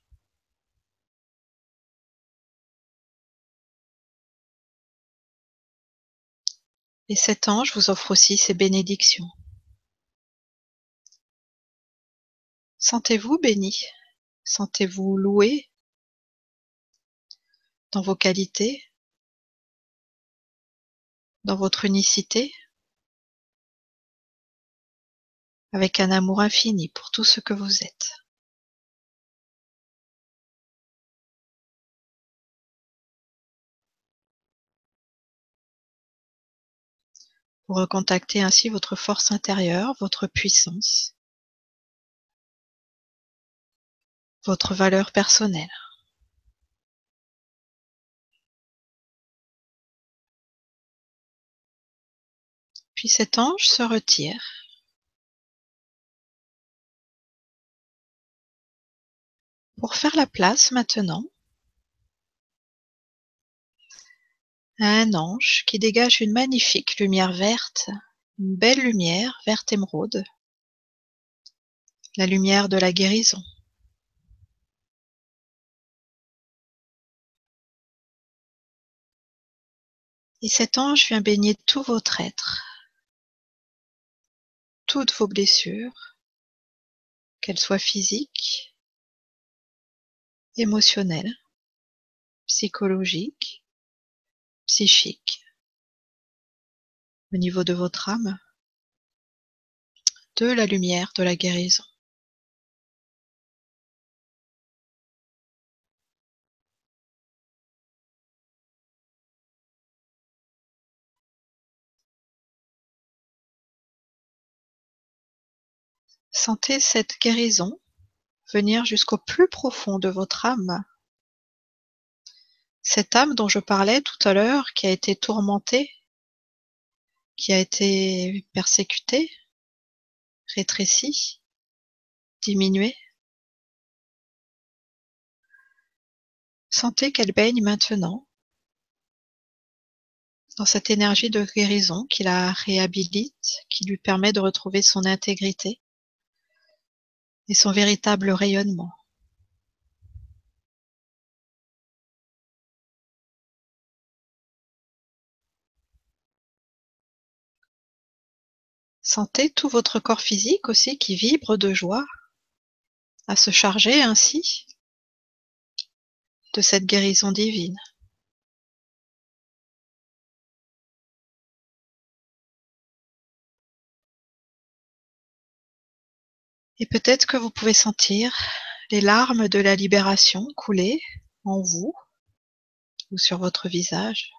Et cet ange vous offre aussi ses bénédictions. Sentez-vous béni. Sentez-vous loué dans vos qualités, dans votre unicité, avec un amour infini pour tout ce que vous êtes. Vous recontactez ainsi votre force intérieure, votre puissance, votre valeur personnelle. Puis cet ange se retire. Pour faire la place maintenant à un ange qui dégage une magnifique lumière verte, une belle lumière verte émeraude, la lumière de la guérison. Et cet ange vient baigner tout votre être, toutes vos blessures, qu'elles soient physiques, émotionnelles, psychologiques, psychiques, au niveau de votre âme, de la lumière de la guérison. Sentez cette guérison venir jusqu'au plus profond de votre âme. Cette âme dont je parlais tout à l'heure, qui a été tourmentée, qui a été persécutée, rétrécie, diminuée. Sentez qu'elle baigne maintenant dans cette énergie de guérison qui la réhabilite, qui lui permet de retrouver son intégrité et son véritable rayonnement. Sentez tout votre corps physique aussi qui vibre de joie à se charger ainsi de cette guérison divine. Et peut-être que vous pouvez sentir les larmes de la libération couler en vous ou sur votre visage.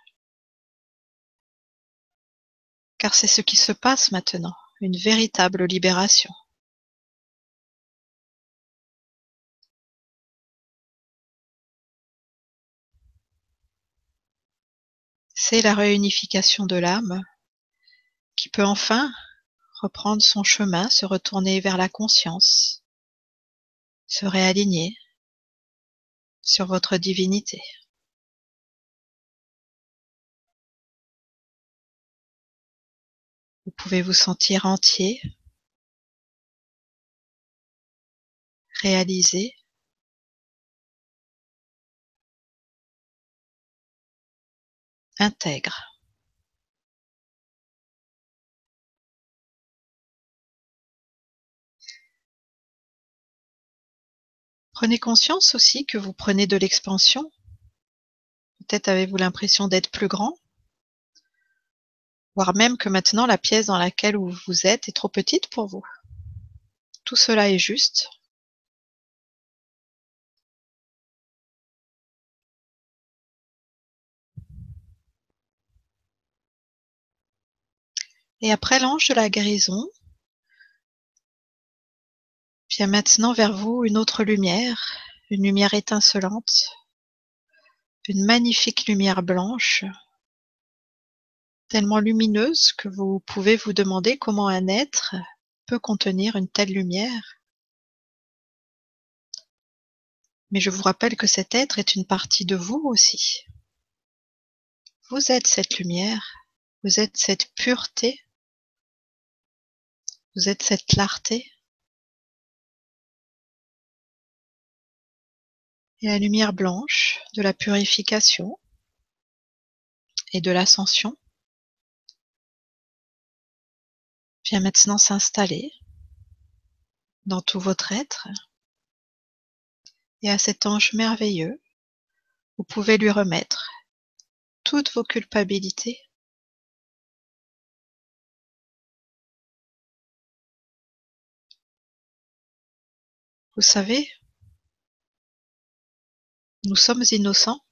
Car c'est ce qui se passe maintenant, une véritable libération. C'est la réunification de l'âme qui peut enfin reprendre son chemin, se retourner vers la conscience, se réaligner sur votre divinité. Vous pouvez vous sentir entier, réalisé, intègre. Prenez conscience aussi que vous prenez de l'expansion. Peut-être avez-vous l'impression d'être plus grand, voire même que maintenant la pièce dans laquelle vous êtes est trop petite pour vous. Tout cela est juste. Et après l'ange de la guérison, vient maintenant vers vous une autre lumière, une lumière étincelante, une magnifique lumière blanche, tellement lumineuse que vous pouvez vous demander comment un être peut contenir une telle lumière. Mais je vous rappelle que cet être est une partie de vous aussi. Vous êtes cette lumière, vous êtes cette pureté, vous êtes cette clarté. Et la lumière blanche de la purification et de l'ascension vient maintenant s'installer dans tout votre être. Et à cet ange merveilleux, vous pouvez lui remettre toutes vos culpabilités. Vous savez, nous sommes innocents.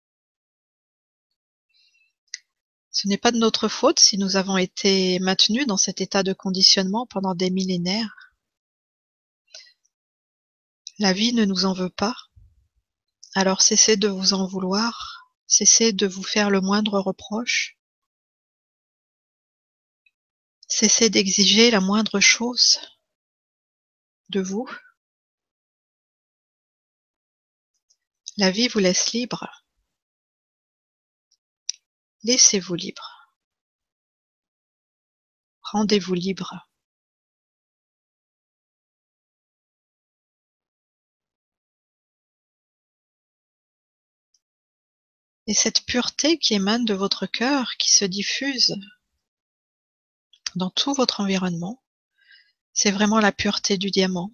Ce n'est pas de notre faute si nous avons été maintenus dans cet état de conditionnement pendant des millénaires. La vie ne nous en veut pas. Alors cessez de vous en vouloir, cessez de vous faire le moindre reproche, cessez d'exiger la moindre chose de vous. La vie vous laisse libre. Laissez-vous libre. Rendez-vous libre. Et cette pureté qui émane de votre cœur, qui se diffuse dans tout votre environnement, c'est vraiment la pureté du diamant,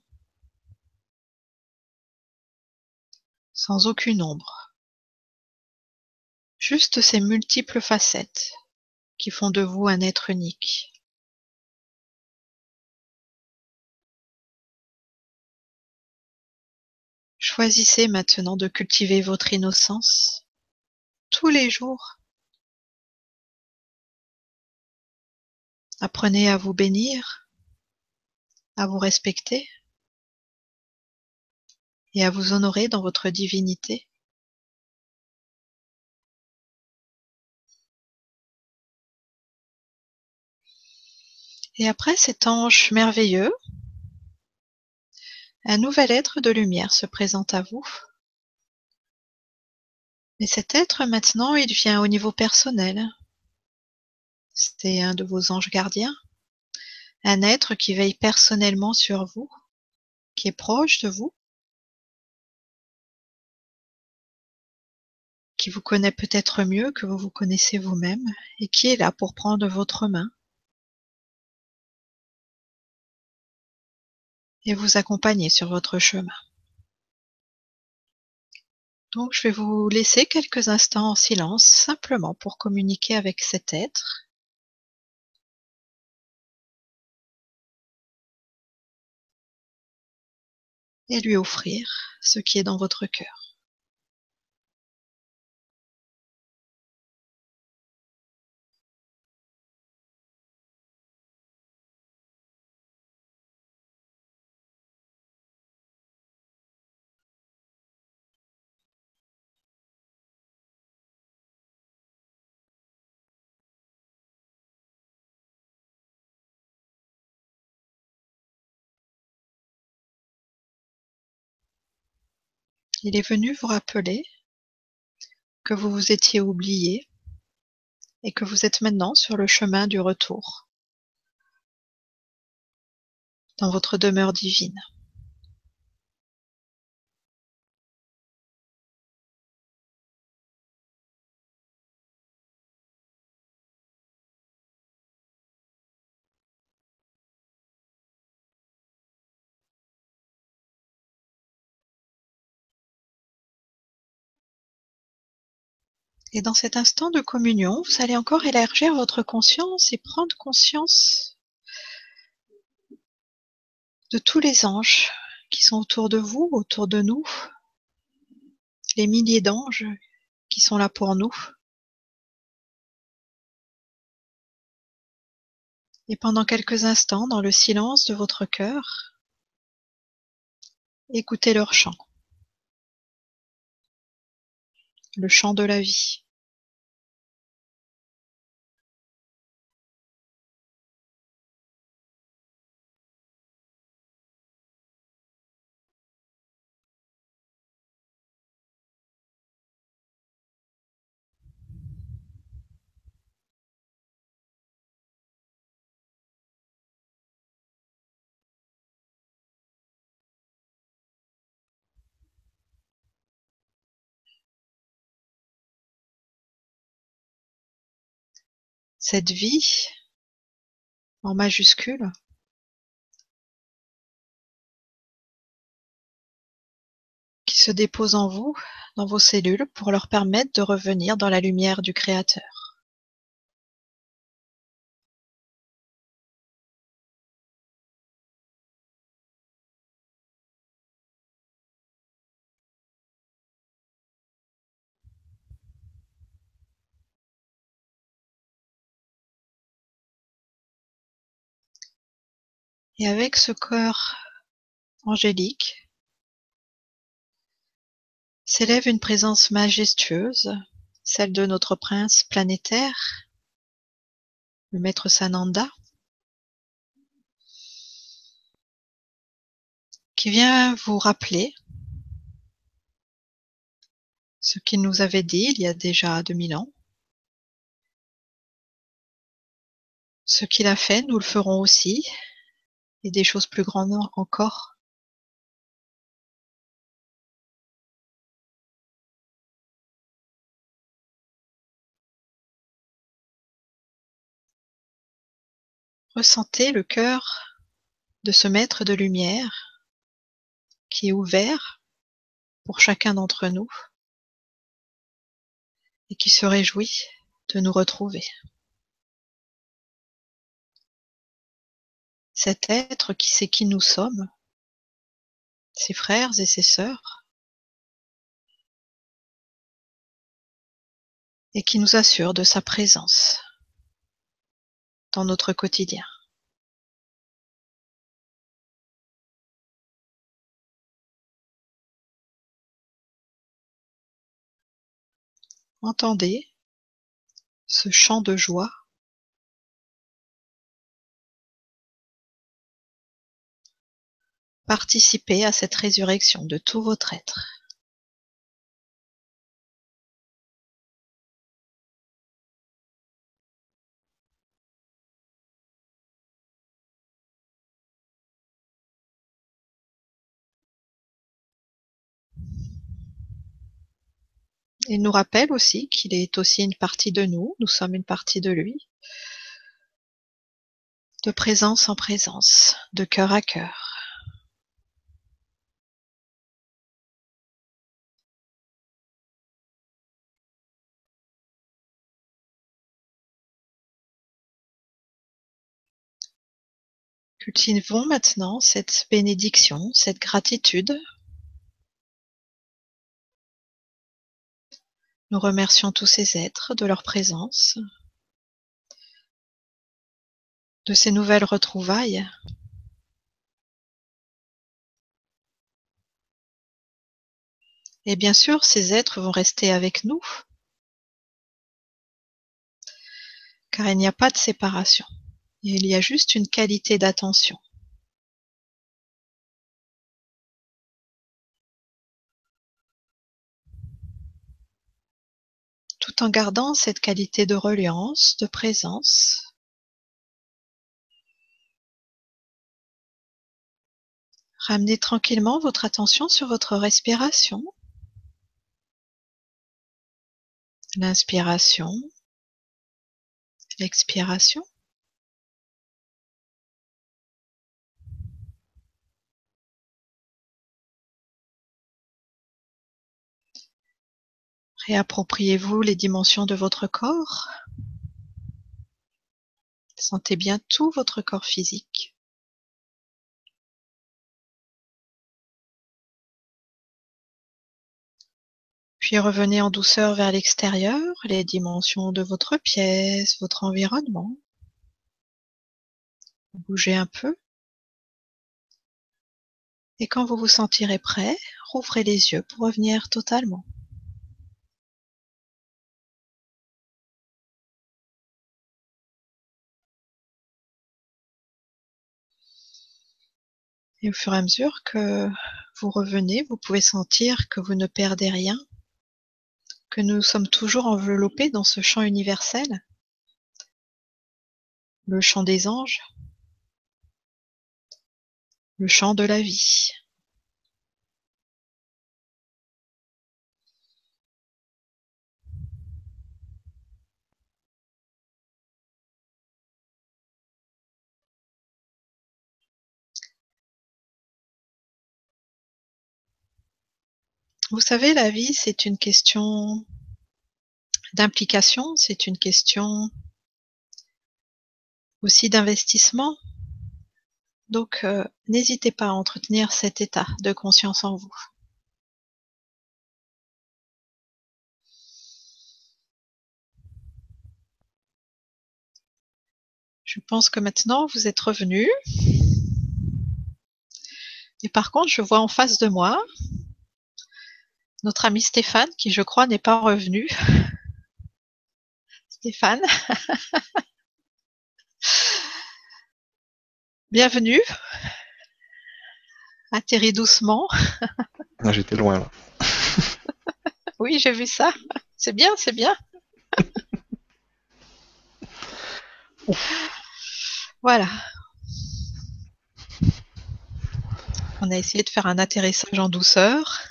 sans aucune ombre. Juste ces multiples facettes qui font de vous un être unique. Choisissez maintenant de cultiver votre innocence tous les jours. Apprenez à vous bénir, à vous respecter et à vous honorer dans votre divinité. Et après cet ange merveilleux, un nouvel être de lumière se présente à vous. Mais cet être maintenant, il vient au niveau personnel. C'est un de vos anges gardiens, un être qui veille personnellement sur vous, qui est proche de vous, qui vous connaît peut-être mieux que vous vous connaissez vous-même et qui est là pour prendre votre main et vous accompagner sur votre chemin. Donc je vais vous laisser quelques instants en silence, simplement pour communiquer avec cet être. Et lui offrir ce qui est dans votre cœur. Il est venu vous rappeler que vous vous étiez oublié et que vous êtes maintenant sur le chemin du retour dans votre demeure divine. Et dans cet instant de communion, vous allez encore élargir votre conscience et prendre conscience de tous les anges qui sont autour de vous, autour de nous, les milliers d'anges qui sont là pour nous. Et pendant quelques instants, dans le silence de votre cœur, écoutez leur chant, le chant de la vie. Cette vie, en majuscule, qui se dépose en vous, dans vos cellules, pour leur permettre de revenir dans la lumière du Créateur. Et avec ce corps angélique, s'élève une présence majestueuse, celle de notre prince planétaire, le maître Sananda, qui vient vous rappeler ce qu'il nous avait dit il y a déjà deux mille ans. Ce qu'il a fait, nous le ferons aussi, et des choses plus grandes encore. Ressentez le cœur de ce maître de lumière qui est ouvert pour chacun d'entre nous et qui se réjouit de nous retrouver. Cet être qui sait qui nous sommes, ses frères et ses sœurs, et qui nous assure de sa présence dans notre quotidien. Entendez ce chant de joie. Participez à cette résurrection de tout votre être. Il nous rappelle aussi qu'il est aussi une partie de nous, nous sommes une partie de lui, de présence en présence, de cœur à cœur. Cultivons maintenant cette bénédiction, cette gratitude. Nous remercions tous ces êtres de leur présence, de ces nouvelles retrouvailles. Et bien sûr, ces êtres vont rester avec nous, car il n'y a pas de séparation. Il y a juste une qualité d'attention. Tout en gardant cette qualité de reliance, de présence. Ramenez tranquillement votre attention sur votre respiration. L'inspiration, l'expiration. Réappropriez-vous les dimensions de votre corps. Sentez bien tout votre corps physique. Puis revenez en douceur vers l'extérieur, les dimensions de votre pièce, votre environnement. Bougez un peu. Et quand vous vous sentirez prêt, rouvrez les yeux pour revenir totalement. Et au fur et à mesure que vous revenez, vous pouvez sentir que vous ne perdez rien, que nous sommes toujours enveloppés dans ce champ universel, le champ des anges, le champ de la vie. Vous savez, la vie, c'est une question d'implication, c'est une question aussi d'investissement. Donc, euh, n'hésitez pas à entretenir cet état de conscience en vous. Je pense que maintenant, vous êtes revenu. Et par contre, je vois en face de moi notre ami Stéphane, qui je crois n'est pas revenu. Stéphane, bienvenue. Atterris doucement. Ah, j'étais loin là. Oui, j'ai vu ça. C'est bien, c'est bien. Voilà. On a essayé de faire un atterrissage en douceur.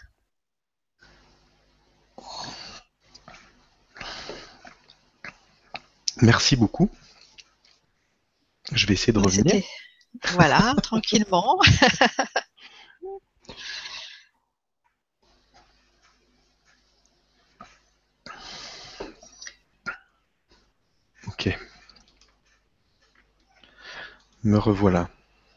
Merci beaucoup. Je vais essayer de revenir. C'était voilà, tranquillement. Ok. Me revoilà.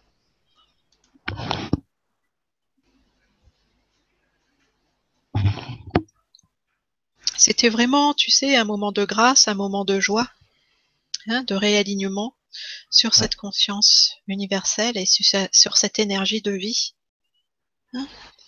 C'était vraiment, tu sais, un moment de grâce, un moment de joie, hein, de réalignement sur cette conscience universelle et sur, sur cette énergie de vie. Hein.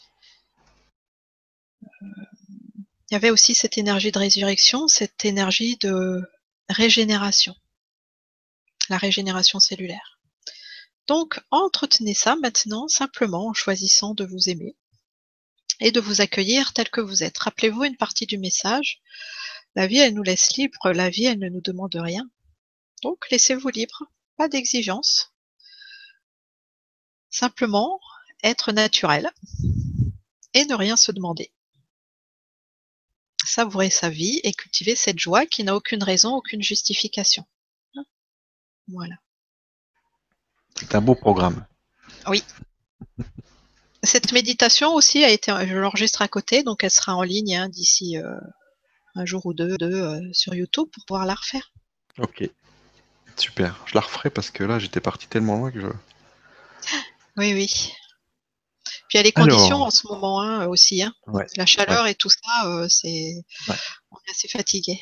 Il y avait aussi cette énergie de résurrection, cette énergie de régénération, la régénération cellulaire. Donc, entretenez ça maintenant simplement en choisissant de vous aimer et de vous accueillir tel que vous êtes. Rappelez-vous une partie du message. La vie, elle nous laisse libre. La vie, elle ne nous demande rien. Donc, laissez-vous libre. Pas d'exigence. Simplement être naturel et ne rien se demander. savourer sa vie et cultiver cette joie qui n'a aucune raison, aucune justification. Voilà. C'est un beau programme. Oui. Cette méditation aussi a été, je l'enregistre à côté, donc elle sera en ligne hein, d'ici euh, un jour ou deux, deux euh, sur YouTube pour pouvoir la refaire. Ok, super. Je la referai parce que là, j'étais parti tellement loin que je... Oui, oui. Puis il y a les conditions Alors, en ce moment hein, aussi. Hein. ouais, La ouais, chaleur et tout ça, euh, c'est, ouais. on est assez fatigué.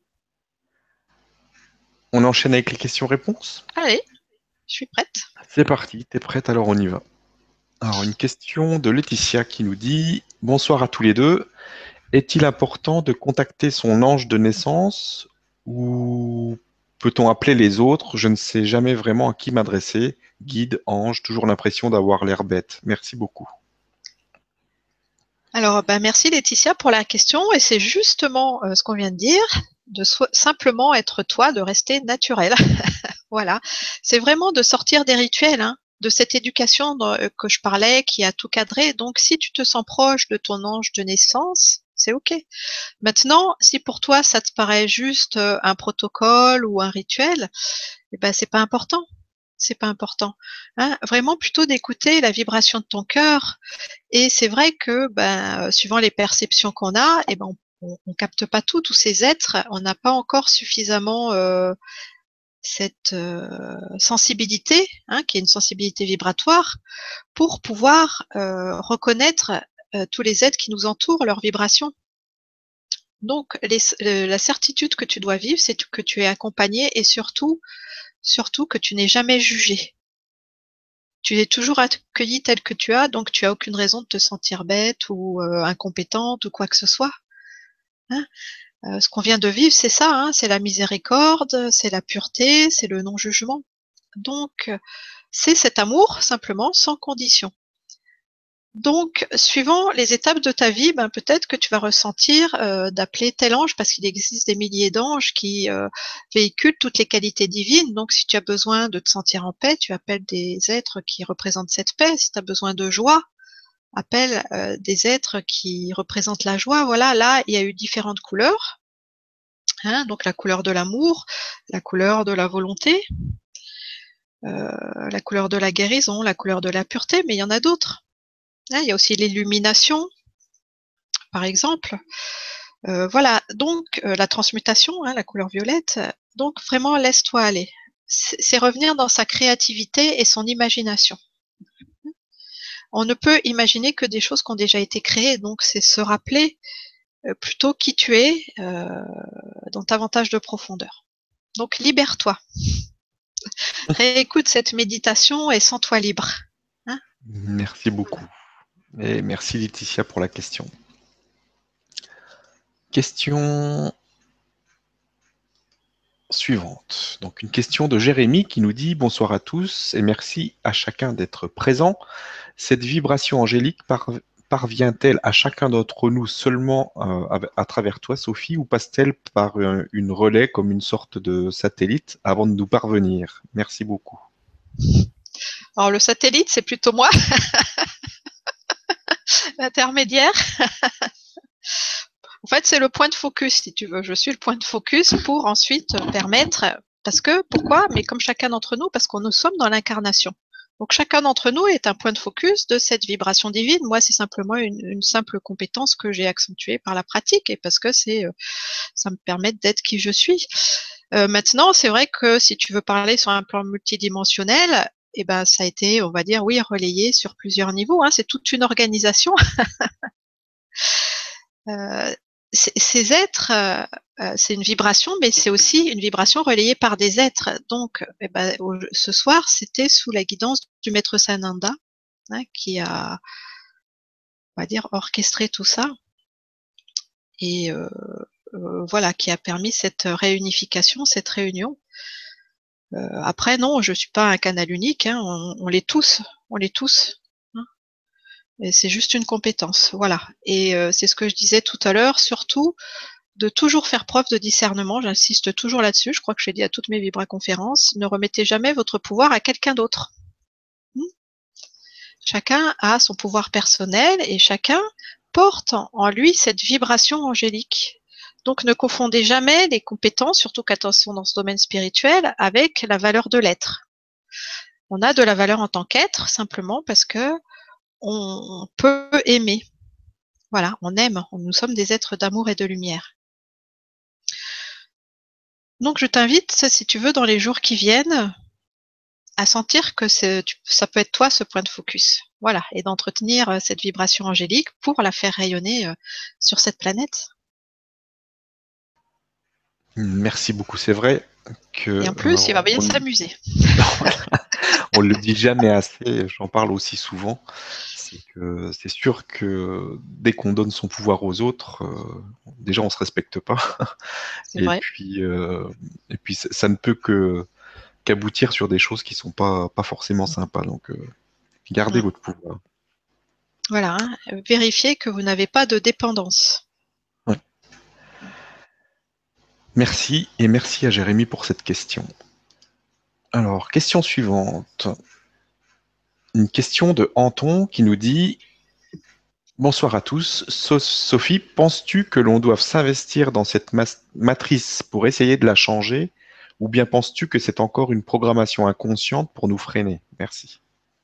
On enchaîne avec les questions-réponses? Allez, je suis prête. C'est parti, t'es prête? Alors on y va. Alors, une question de Laetitia qui nous dit: bonsoir à tous les deux. Est-il important de contacter son ange de naissance ou peut-on appeler les autres? Je ne sais jamais vraiment à qui m'adresser. Guide, ange, toujours l'impression d'avoir l'air bête. Merci beaucoup. Alors, bah, merci Laetitia pour la question. Et c'est justement euh, ce qu'on vient de dire, de so- simplement être toi, de rester naturel. Voilà. C'est vraiment de sortir des rituels, hein, de cette éducation dont- euh, que je parlais, qui a tout cadré. Donc, si tu te sens proche de ton ange de naissance, c'est OK. Maintenant, si pour toi, ça te paraît juste euh, un protocole ou un rituel, eh ben, c'est pas important. C'est pas important. Hein. Vraiment plutôt d'écouter la vibration de ton cœur. Et c'est vrai que, ben, euh, suivant les perceptions qu'on a, eh ben, on, on capte pas tout, tous ces êtres. On n'a pas encore suffisamment euh, cette euh, sensibilité, hein, qui est une sensibilité vibratoire, pour pouvoir euh, reconnaître euh, tous les êtres qui nous entourent, leurs vibrations. Donc, les, euh, la certitude que tu dois vivre, c'est que tu es accompagné et surtout, surtout que tu n'es jamais jugé. Tu es toujours accueilli tel que tu as, donc tu as aucune raison de te sentir bête ou euh, incompétente ou quoi que ce soit. Hein. Euh, ce qu'on vient de vivre, c'est ça, hein, c'est la miséricorde, c'est la pureté, c'est le non-jugement. Donc, c'est cet amour simplement sans condition. Donc, suivant les étapes de ta vie, ben, peut-être que tu vas ressentir euh, d'appeler tel ange, parce qu'il existe des milliers d'anges qui euh, véhiculent toutes les qualités divines. Donc, si tu as besoin de te sentir en paix, tu appelles des êtres qui représentent cette paix. Si tu as besoin de joie, appelle euh, des êtres qui représentent la joie. Voilà, là, il y a eu différentes couleurs. Hein, donc, la couleur de l'amour, la couleur de la volonté, euh, la couleur de la guérison, la couleur de la pureté, mais il y en a d'autres. Hein, il y a aussi l'illumination, par exemple. Euh, voilà, donc euh, la transmutation, hein, la couleur violette. Donc vraiment, laisse-toi aller. C'est revenir dans sa créativité et son imagination. On ne peut imaginer que des choses qui ont déjà été créées, donc c'est se rappeler euh, plutôt qui tu es euh, dans davantage de profondeur. Donc libère-toi. Réécoute cette méditation et sens-toi libre. Hein. Merci beaucoup. Et merci Laetitia pour la question. Question suivante. Donc une question de Jérémy qui nous dit: bonsoir à tous et merci à chacun d'être présent. Cette vibration angélique par- parvient-elle à chacun d'entre nous seulement euh, à, à travers toi, Sophie, ou passe-t-elle par un- une relais comme une sorte de satellite avant de nous parvenir? Merci beaucoup. Alors le satellite, c'est plutôt moi, l'intermédiaire. En fait, c'est le point de focus, si tu veux. Je suis le point de focus pour ensuite permettre, parce que, pourquoi? Mais comme chacun d'entre nous, parce que nous sommes dans l'incarnation. Donc chacun d'entre nous est un point de focus de cette vibration divine. Moi, c'est simplement une, une simple compétence que j'ai accentuée par la pratique et parce que c'est, euh, ça me permet d'être qui je suis. Euh, maintenant, c'est vrai que si tu veux parler sur un plan multidimensionnel, eh ben, ça a été, on va dire, oui, relayé sur plusieurs niveaux. Hein. C'est toute une organisation. Euh, ces êtres, euh, euh, c'est une vibration, mais c'est aussi une vibration relayée par des êtres. Donc, eh ben, au- ce soir, c'était sous la guidance du maître Sananda, hein, qui a, on va dire, orchestré tout ça et euh, euh, voilà, qui a permis cette réunification, cette réunion. Euh, après, non, je suis pas un canal unique. Hein, on, on l'est tous, on l'est tous. Hein, et c'est juste une compétence, voilà. Et euh, c'est ce que je disais tout à l'heure, surtout de toujours faire preuve de discernement, j'insiste toujours là-dessus, je crois que je l'ai dit à toutes mes vibraconférences, ne remettez jamais votre pouvoir à quelqu'un d'autre. Hmm. Chacun a son pouvoir personnel et chacun porte en lui cette vibration angélique. Donc, ne confondez jamais les compétences, surtout quand elles sont dans ce domaine spirituel, avec la valeur de l'être. On a de la valeur en tant qu'être, simplement parce que on peut aimer. Voilà, on aime. Nous sommes des êtres d'amour et de lumière. Donc, je t'invite, si tu veux, dans les jours qui viennent, à sentir que ça peut être toi, ce point de focus. Voilà, et d'entretenir cette vibration angélique pour la faire rayonner sur cette planète. Merci beaucoup, c'est vrai que... Et en plus, euh, il va bien on... s'amuser. On le dit jamais assez, j'en parle aussi souvent. C'est que c'est sûr que dès qu'on donne son pouvoir aux autres, euh, déjà on se respecte pas. C'est et vrai. puis euh, et puis ça, ça ne peut que qu'aboutir sur des choses qui sont pas pas forcément sympas. Donc euh, gardez Mmh. votre pouvoir. Voilà, hein. Vérifiez que vous n'avez pas de dépendance. Ouais. Merci et merci à Jérémy pour cette question. Alors, question suivante. Une question de Anton qui nous dit: bonsoir à tous. So- Sophie, penses-tu que l'on doive s'investir dans cette matrice pour essayer de la changer, ou bien penses-tu que c'est encore une programmation inconsciente pour nous freiner? Merci.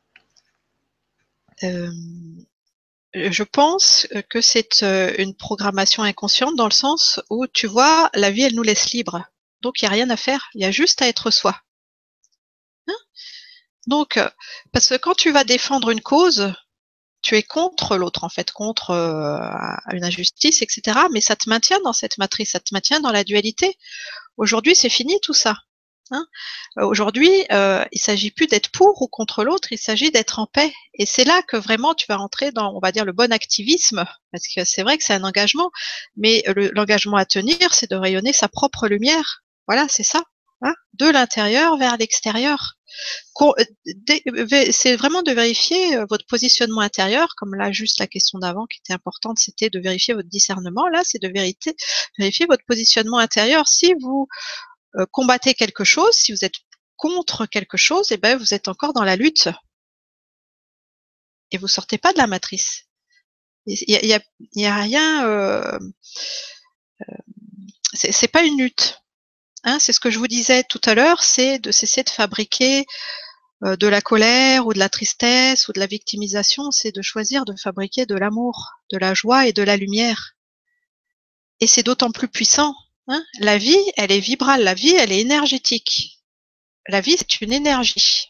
Euh, je pense que c'est une programmation inconsciente dans le sens où, tu vois, la vie, elle nous laisse libre. Donc, il n'y a rien à faire. Il y a juste à être soi. Hein? Donc, parce que quand tu vas défendre une cause, tu es contre l'autre, en fait, contre euh, une injustice, et cetera. Mais ça te maintient dans cette matrice, ça te maintient dans la dualité. Aujourd'hui, c'est fini tout ça. Hein, aujourd'hui, euh, il s'agit plus d'être pour ou contre l'autre, il s'agit d'être en paix. Et c'est là que vraiment tu vas rentrer dans, on va dire, le bon activisme, parce que c'est vrai que c'est un engagement, mais le, l'engagement à tenir, c'est de rayonner sa propre lumière. Voilà, c'est ça, hein, de l'intérieur vers l'extérieur. C'est vraiment de vérifier votre positionnement intérieur, comme là, juste la question d'avant qui était importante, c'était de vérifier votre discernement. Là, c'est de vérifier, vérifier votre positionnement intérieur. Si vous Euh, combattez quelque chose, si vous êtes contre quelque chose, eh ben vous êtes encore dans la lutte et vous sortez pas de la matrice. Il y a, y a, y a rien, euh, euh, c'est, c'est pas une lutte. Hein, c'est ce que je vous disais tout à l'heure, c'est de cesser de fabriquer euh, de la colère ou de la tristesse ou de la victimisation, c'est de choisir de fabriquer de l'amour, de la joie et de la lumière. Et c'est d'autant plus puissant. Hein, la vie, elle est vibrale, la vie, elle est énergétique. La vie, c'est une énergie.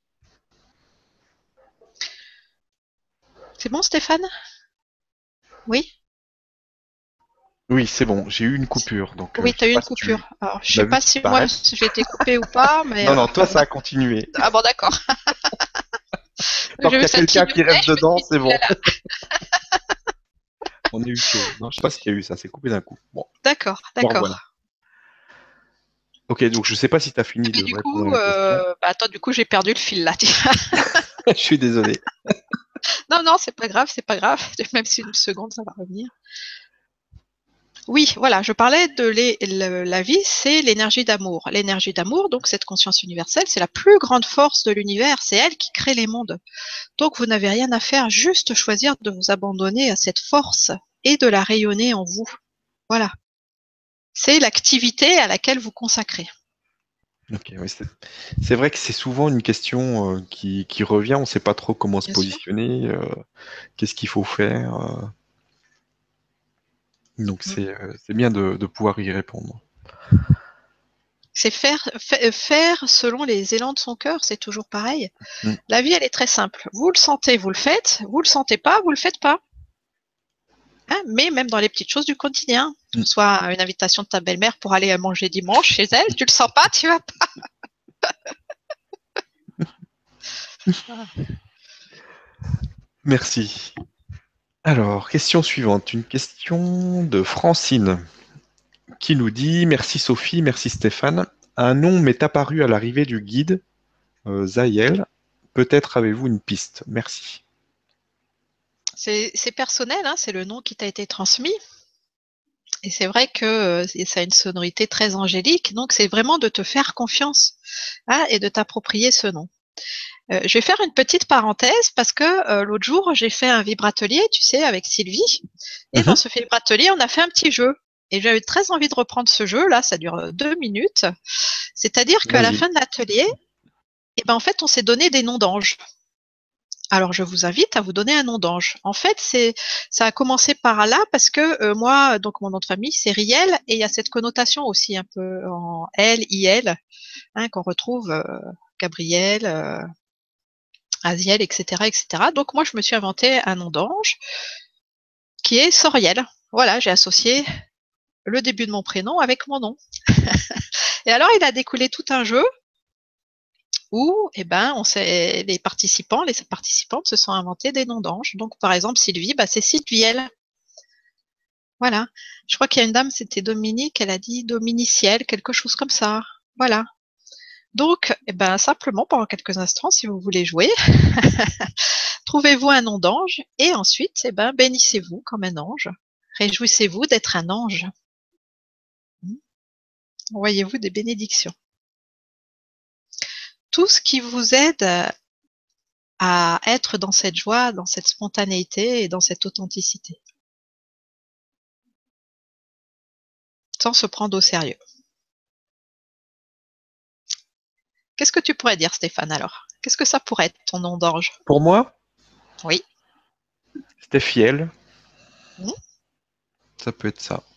C'est bon, Stéphane? Oui? Oui, c'est bon, j'ai eu une coupure. Donc, euh, Oui, je tu as sais eu pas une si tu, coupure. Alors, je tu sais l'as vu pas si moi disparaître. j'ai été coupée ou pas, mais Non, non, euh, toi, ça a continué. ah bon, d'accord. Tant J'ai qu'il y vu a ça quelqu'un qui clignoter, reste je me dedans, suis c'est dit, là bon. là. On a eu chaud. Non, je sais pas ce qu'il y a eu, ça s'est coupé d'un coup. Bon, D'accord, bon, voilà. d'accord. Ok, donc je sais pas si tu as fini Mais de du répondre à coup, la question. euh, bah attends, du coup, j'ai perdu le fil là. Je suis désolé. Non, non, c'est pas grave, c'est pas grave. Même si une seconde, ça va revenir. Oui, voilà, je parlais de les, le, la vie, c'est l'énergie d'amour. L'énergie d'amour, donc cette conscience universelle, c'est la plus grande force de l'univers. C'est elle qui crée les mondes. Donc, vous n'avez rien à faire, juste choisir de vous abandonner à cette force et de la rayonner en vous. Voilà. C'est l'activité à laquelle vous consacrez. Ok, ouais, c'est c'est vrai que c'est souvent une question euh, qui, qui revient, on ne sait pas trop comment se Bien sûr. positionner, euh, qu'est-ce qu'il faut faire. euh. Donc Mm. c'est euh, c'est bien de, de pouvoir y répondre. C'est faire, fa- faire selon les élans de son cœur, c'est toujours pareil. Mm. La vie, elle est très simple. Vous le sentez, vous le faites. Vous le sentez pas, vous le faites pas. Hein, mais même dans les petites choses du quotidien, que Mm. ce soit une invitation de ta belle-mère pour aller manger dimanche chez elle, tu le sens pas, tu vas pas. Merci. Alors, question suivante, une question de Francine qui nous dit: merci Sophie, merci Stéphane. Un nom m'est apparu à l'arrivée du guide, euh, Zaïel. Peut-être avez-vous une piste. Merci. C'est, c'est personnel, hein, c'est le nom qui t'a été transmis. Et c'est vrai que euh, ça a une sonorité très angélique, donc c'est vraiment de te faire confiance, hein, et de t'approprier ce nom. Euh, je vais faire une petite parenthèse parce que euh, l'autre jour, j'ai fait un vibratelier, tu sais, avec Sylvie. Et dans Mhm. ce vibratelier, on a fait un petit jeu. Et j'avais très envie de reprendre ce jeu, là, ça dure deux minutes. C'est-à-dire qu'à la Vas-y. fin de l'atelier, eh ben, en fait, on s'est donné des noms d'anges. Alors, je vous invite à vous donner un nom d'ange. En fait, c'est, ça a commencé par là parce que euh, moi, donc mon nom de famille, c'est Riel, et il y a cette connotation aussi un peu en L, I L, hein, qu'on retrouve euh, Gabriel, euh, Aziel, et cetera, et cetera. Donc, moi, je me suis inventé un nom d'ange qui est Soriel. Voilà, j'ai associé le début de mon prénom avec mon nom. Et alors, il a découlé tout un jeu où, eh ben, on sait, les participants, les participantes se sont inventés des noms d'anges. Donc, par exemple, Sylvie, bah, c'est Sylvielle. Voilà. Je crois qu'il y a une dame, c'était Dominique, elle a dit Dominiciel, quelque chose comme ça. Voilà. Donc, eh ben, simplement, pendant quelques instants, si vous voulez jouer, trouvez-vous un nom d'ange et ensuite, eh ben, bénissez-vous comme un ange. Réjouissez-vous d'être un ange. Envoyez-vous des bénédictions. Tout ce qui vous aide à être dans cette joie, dans cette spontanéité et dans cette authenticité. Sans se prendre au sérieux. Qu'est-ce que tu pourrais dire, Stéphane, alors? Qu'est-ce que ça pourrait être, ton nom d'ange? Pour moi, Oui. Stéphiel, Mmh. ça peut être ça.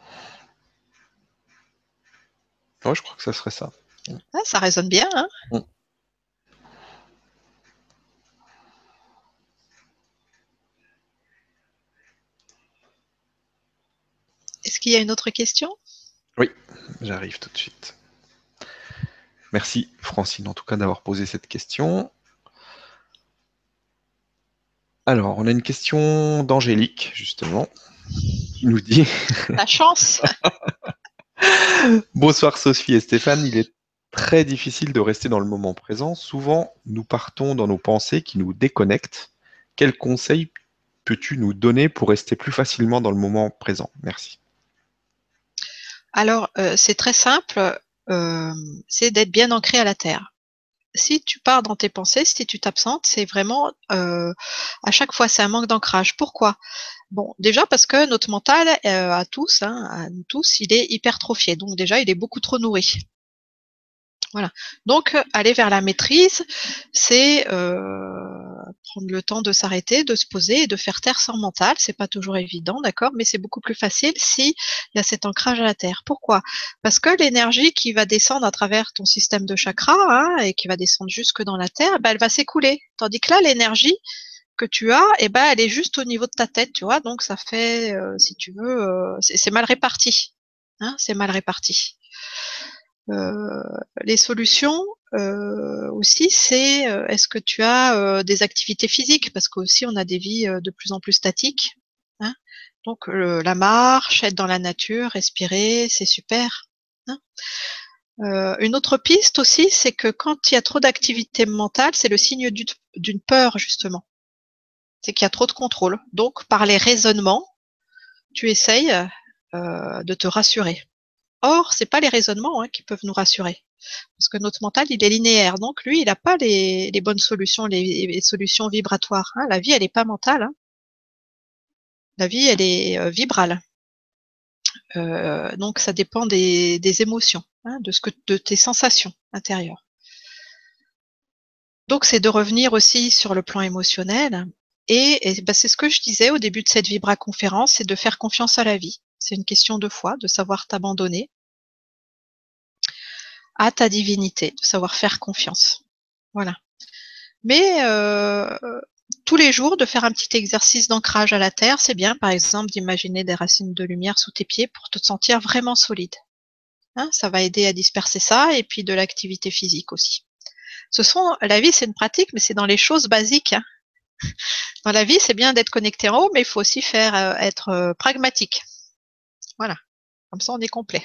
Ouais, je crois que ça serait ça. Ah, ça résonne bien, hein? Mm. Est-ce qu'il y a une autre question? Oui, j'arrive tout de suite. Merci Francine en tout cas d'avoir posé cette question. Alors, on a une question d'Angélique, justement, qui nous dit La chance! Bonsoir Sophie et Stéphane, il est très difficile de rester dans le moment présent. Souvent, nous partons dans nos pensées qui nous déconnectent. Quels conseils peux-tu nous donner pour rester plus facilement dans le moment présent? Merci. Alors, euh, c'est très simple, euh, c'est d'être bien ancré à la terre. Si tu pars dans tes pensées, si tu t'absentes, c'est vraiment, euh, à chaque fois, c'est un manque d'ancrage. Pourquoi? Bon, déjà parce que notre mental, euh, à tous, hein, à nous tous, il est hypertrophié. Donc déjà, il est beaucoup trop nourri. Voilà. Donc, euh, aller vers la maîtrise, c'est euh, prendre le temps de s'arrêter, de se poser et de faire taire son mental. C'est pas toujours évident, d'accord, mais c'est beaucoup plus facile si il y a cet ancrage à la terre. Pourquoi? Parce que l'énergie qui va descendre à travers ton système de chakras, hein, et qui va descendre jusque dans la terre, ben, elle va s'écouler. Tandis que là, l'énergie que tu as, eh ben, elle est juste au niveau de ta tête, tu vois. Donc, ça fait, euh, si tu veux, euh, c'est c'est mal réparti. Hein, c'est mal réparti. Euh, les solutions euh, aussi, c'est euh, est-ce que tu as euh, des activités physiques? Parce qu'aussi, on a des vies euh, de plus en plus statiques. Hein. Donc, euh, la marche, être dans la nature, respirer, c'est super. Hein. Euh, une autre piste aussi, c'est que quand il y a trop d'activité mentale, c'est le signe d'une peur, justement. C'est qu'il y a trop de contrôle. Donc, par les raisonnements, tu essayes euh, de te rassurer. Or, c'est pas les raisonnements hein, qui peuvent nous rassurer. Parce que notre mental, il est linéaire. Donc, lui, il n'a pas les, les bonnes solutions, les, les solutions vibratoires. Hein. La vie, elle n'est pas mentale. Hein. La vie, elle est euh, vibrale. Euh, donc, ça dépend des, des émotions, hein, de, ce que, de tes sensations intérieures. Donc, c'est de revenir aussi sur le plan émotionnel. Et, et ben, c'est ce que je disais au début de cette Vibra conférence, c'est de faire confiance à la vie. C'est une question de foi, de savoir t'abandonner à ta divinité, de savoir faire confiance. Voilà. Mais euh, tous les jours, de faire un petit exercice d'ancrage à la terre, c'est bien, par exemple, d'imaginer des racines de lumière sous tes pieds pour te sentir vraiment solide. Hein, ça va aider à disperser ça, et puis de l'activité physique aussi. Ce sont, la vie, c'est une pratique, mais c'est dans les choses basiques. Hein. Dans la vie, c'est bien d'être connecté en haut, mais il faut aussi faire euh, être euh, pragmatique. Voilà. Comme ça, on est complet.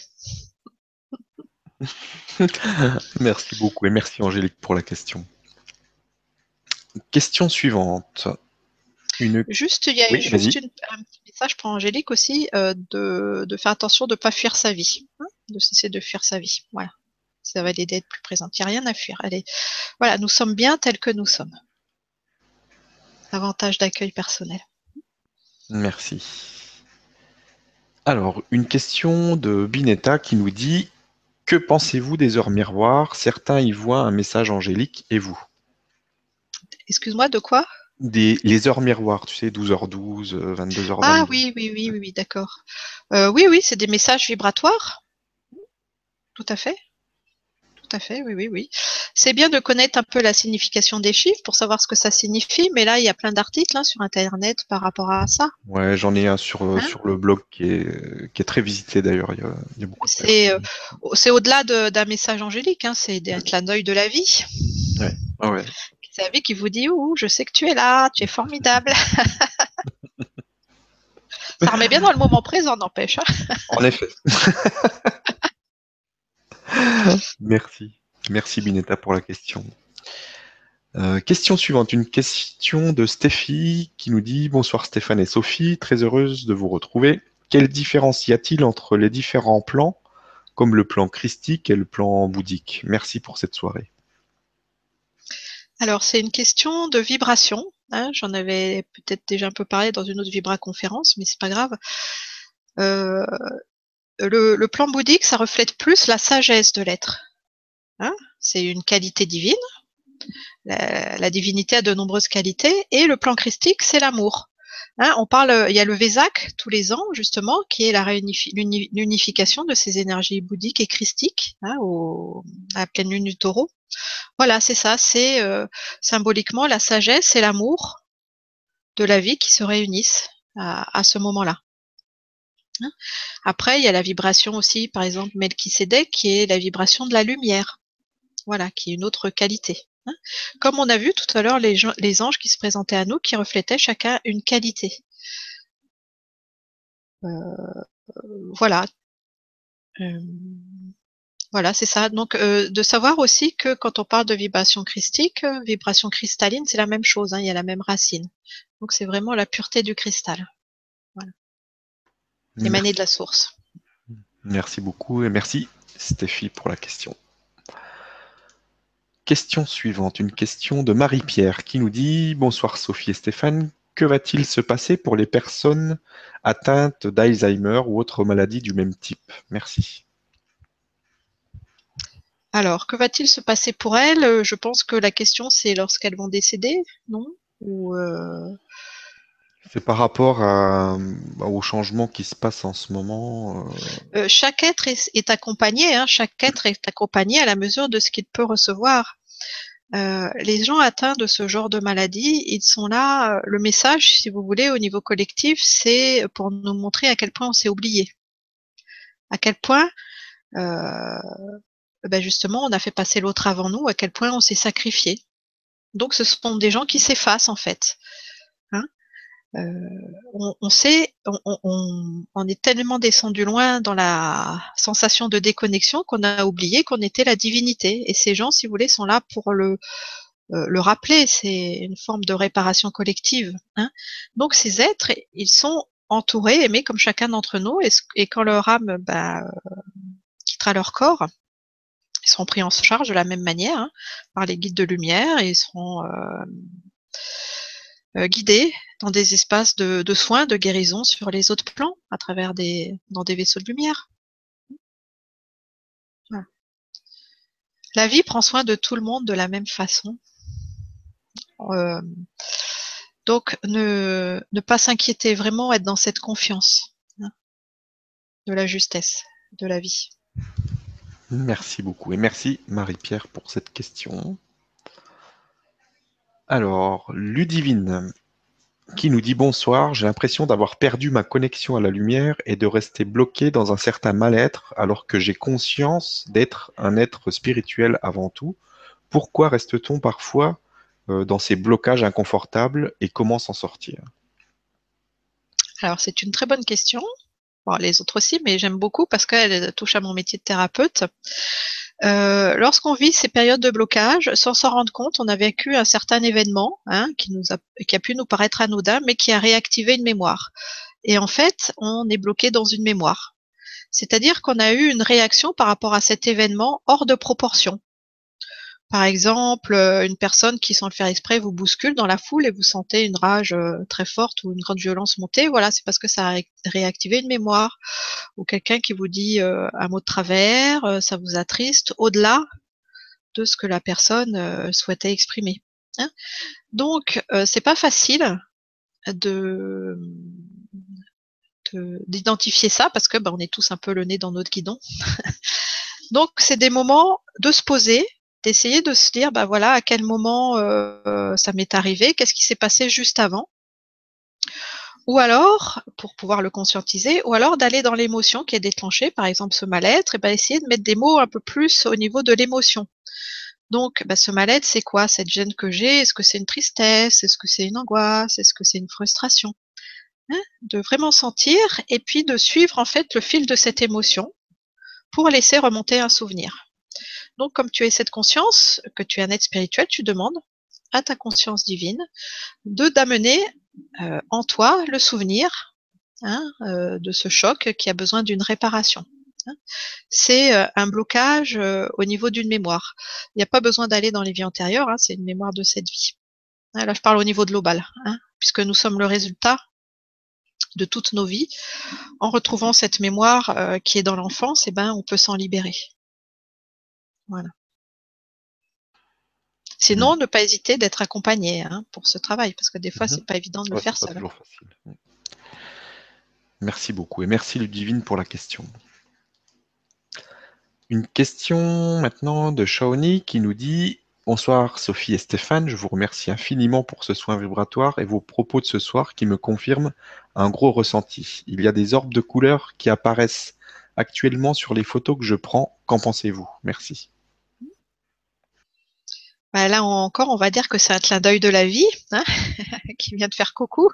Merci beaucoup et merci Angélique pour la question. Question suivante. Une... Juste, il y a Oui, juste vas-y. une, un petit message pour Angélique aussi, euh, de, de faire attention de ne pas fuir sa vie, hein, de cesser de fuir sa vie. Voilà, ça va l'aider à être plus présente. Il n'y a rien à fuir. Allez, voilà, nous sommes bien tels que nous sommes. Avantage d'accueil personnel. Merci. Alors, une question de Binetta qui nous dit: que pensez-vous des heures miroirs? Certains y voient un message angélique, et vous? Excuse-moi, de quoi? Des, les heures miroirs, tu sais, douze heures douze, Ah vingt-deux heures vingt-deux. oui, oui, oui, oui, oui, d'accord. Euh, oui, oui, c'est des messages vibratoires, tout à fait. Tout à fait, oui, oui, oui. C'est bien de connaître un peu la signification des chiffres pour savoir ce que ça signifie, mais là, il y a plein d'articles hein, sur Internet par rapport à ça. Ouais, j'en ai un sur, euh, Hein. sur le blog qui est, qui est très visité d'ailleurs. Il y a, il y a beaucoup de C'est euh, personnes. c'est au-delà de- d'un message angélique, hein, c'est d'être la l'œil de la vie. Ouais. Ah ouais. C'est la vie qui vous dit, ouh, je sais que tu es là, tu es formidable. Ça remet bien dans le moment présent, n'empêche. Hein. En effet. Merci. Merci Binetta pour la question. Euh, question suivante, une question de Stéphie qui nous dit: bonsoir Stéphane et Sophie, très heureuse de vous retrouver. Quelle différence y a-t-il entre les différents plans, comme le plan christique et le plan bouddhique? Merci pour cette soirée. Alors, c'est une question de vibration. Hein, j'en avais peut-être déjà un peu parlé dans une autre vibra-conférence, mais c'est pas grave. Euh, le, le plan bouddhique, ça reflète plus la sagesse de l'être. Hein, c'est une qualité divine. La, la, divinité a de nombreuses qualités. Et le plan christique, c'est l'amour. Hein, on parle, il y a le Vésac tous les ans, justement, qui est la l'unification de ces énergies bouddhiques et christiques hein, au, à la pleine lune du taureau. Voilà, c'est ça, c'est euh, symboliquement la sagesse et l'amour de la vie qui se réunissent à, à ce moment-là. Hein. Après, il y a la vibration aussi, par exemple, Melchisédek, qui est la vibration de la lumière. Voilà, qui est une autre qualité. Hein. Comme on a vu tout à l'heure, les, les anges qui se présentaient à nous, qui reflétaient chacun une qualité. Euh, voilà. Euh, voilà, c'est ça. Donc, euh, de savoir aussi que quand on parle de vibration christique, euh, vibration cristalline, c'est la même chose. Hein, il y a la même racine. Donc, c'est vraiment la pureté du cristal. Voilà. Émané Merci. de la source. Merci beaucoup et merci Stéphie pour la question. Question suivante, une question de Marie-Pierre qui nous dit: bonsoir Sophie et Stéphane, que va-t-il se passer pour les personnes atteintes d'Alzheimer ou autres maladies du même type? Merci. Alors, que va-t-il se passer pour elles? Je pense que la question, c'est lorsqu'elles vont décéder, non? Ou euh... C'est par rapport à, au changement qui se passe en ce moment. Euh... Euh, chaque être est, est accompagné, hein, chaque être est accompagné à la mesure de ce qu'il peut recevoir. Euh, les gens atteints de ce genre de maladie, ils sont là. Le message, si vous voulez, au niveau collectif, c'est pour nous montrer à quel point on s'est oublié, à quel point, euh, ben justement, on a fait passer l'autre avant nous, à quel point on s'est sacrifié. Donc, ce sont des gens qui s'effacent en fait. Hein. Euh, on, on sait, on, on, on est tellement descendu loin dans la sensation de déconnexion qu'on a oublié qu'on était la divinité. Et ces gens, si vous voulez, sont là pour le, euh, le rappeler. C'est une forme de réparation collective. Hein. Donc ces êtres, ils sont entourés, aimés comme chacun d'entre nous. Et, et quand leur âme bah, quittera leur corps, ils seront pris en charge de la même manière hein, par les guides de lumière et ils seront euh, euh, guidés dans des espaces de, de soins, de guérison sur les autres plans, à travers des, dans des vaisseaux de lumière. Voilà. La vie prend soin de tout le monde de la même façon. Euh, donc, ne, ne pas s'inquiéter, vraiment être dans cette confiance hein, de la justesse de la vie. Merci beaucoup et merci Marie-Pierre pour cette question. Alors, Ludivine qui nous dit: bonsoir, j'ai l'impression d'avoir perdu ma connexion à la lumière et de rester bloqué dans un certain mal-être alors que j'ai conscience d'être un être spirituel avant tout. Pourquoi reste-t-on parfois euh, dans ces blocages inconfortables et comment s'en sortir? Alors, c'est une très bonne question. Bon, les autres aussi, mais j'aime beaucoup parce qu'elle touche à mon métier de thérapeute. Euh, lorsqu'on vit ces périodes de blocage, sans s'en rendre compte, on a vécu un certain événement hein, qui, nous a, qui a pu nous paraître anodin, mais qui a réactivé une mémoire. Et en fait, on est bloqué dans une mémoire. C'est-à-dire qu'on a eu une réaction par rapport à cet événement hors de proportion. par exemple, euh, une personne qui, sans le faire exprès, vous bouscule dans la foule et vous sentez une rage euh, très forte ou une grande violence monter, voilà, c'est parce que ça a ré- réactivé une mémoire. Ou quelqu'un qui vous dit euh, un mot de travers, euh, ça vous attriste, au-delà de ce que la personne euh, souhaitait exprimer. Hein. Donc, euh, c'est pas facile de de- d'identifier ça parce que bah, on est tous un peu le nez dans notre guidon. Donc, c'est des moments de se poser, d'essayer de se dire, bah voilà, à quel moment euh, ça m'est arrivé, qu'est-ce qui s'est passé juste avant, ou alors, pour pouvoir le conscientiser, ou alors d'aller dans l'émotion qui est déclenchée, par exemple ce mal-être, et ben essayer de mettre des mots un peu plus au niveau de l'émotion. Donc, bah, ce mal-être, c'est quoi cette gêne que j'ai? Est-ce que c'est une tristesse? Est-ce que c'est une angoisse? Est-ce que c'est une frustration? Hein, de vraiment sentir et puis de suivre en fait le fil de cette émotion pour laisser remonter un souvenir. Donc, comme tu es cette conscience, que tu es un être spirituel, tu demandes à ta conscience divine de d'amener euh, en toi le souvenir hein, euh, de ce choc qui a besoin d'une réparation. Hein. C'est euh, un blocage euh, au niveau d'une mémoire. Il n'y a pas besoin d'aller dans les vies antérieures, hein, c'est une mémoire de cette vie. Hein, là, je parle au niveau de global, hein, puisque nous sommes le résultat de toutes nos vies. En retrouvant cette mémoire euh, qui est dans l'enfance, eh ben, on peut s'en libérer. Voilà. Sinon, Mhm. ne pas hésiter d'être accompagné hein, pour ce travail, parce que des fois, Mhm. c'est pas évident de le Ouais, faire c'est pas seul. toujours facile. Merci beaucoup et merci Ludivine pour la question. Une question maintenant de Shaoni qui nous dit: Bonsoir Sophie et Stéphane, je vous remercie infiniment pour ce soin vibratoire et vos propos de ce soir qui me confirment un gros ressenti. Il y a des orbes de couleurs qui apparaissent actuellement sur les photos que je prends. Qu'en pensez-vous? Merci. Bah, là encore, on va dire que c'est un clin d'œil de la vie hein, qui vient de faire coucou.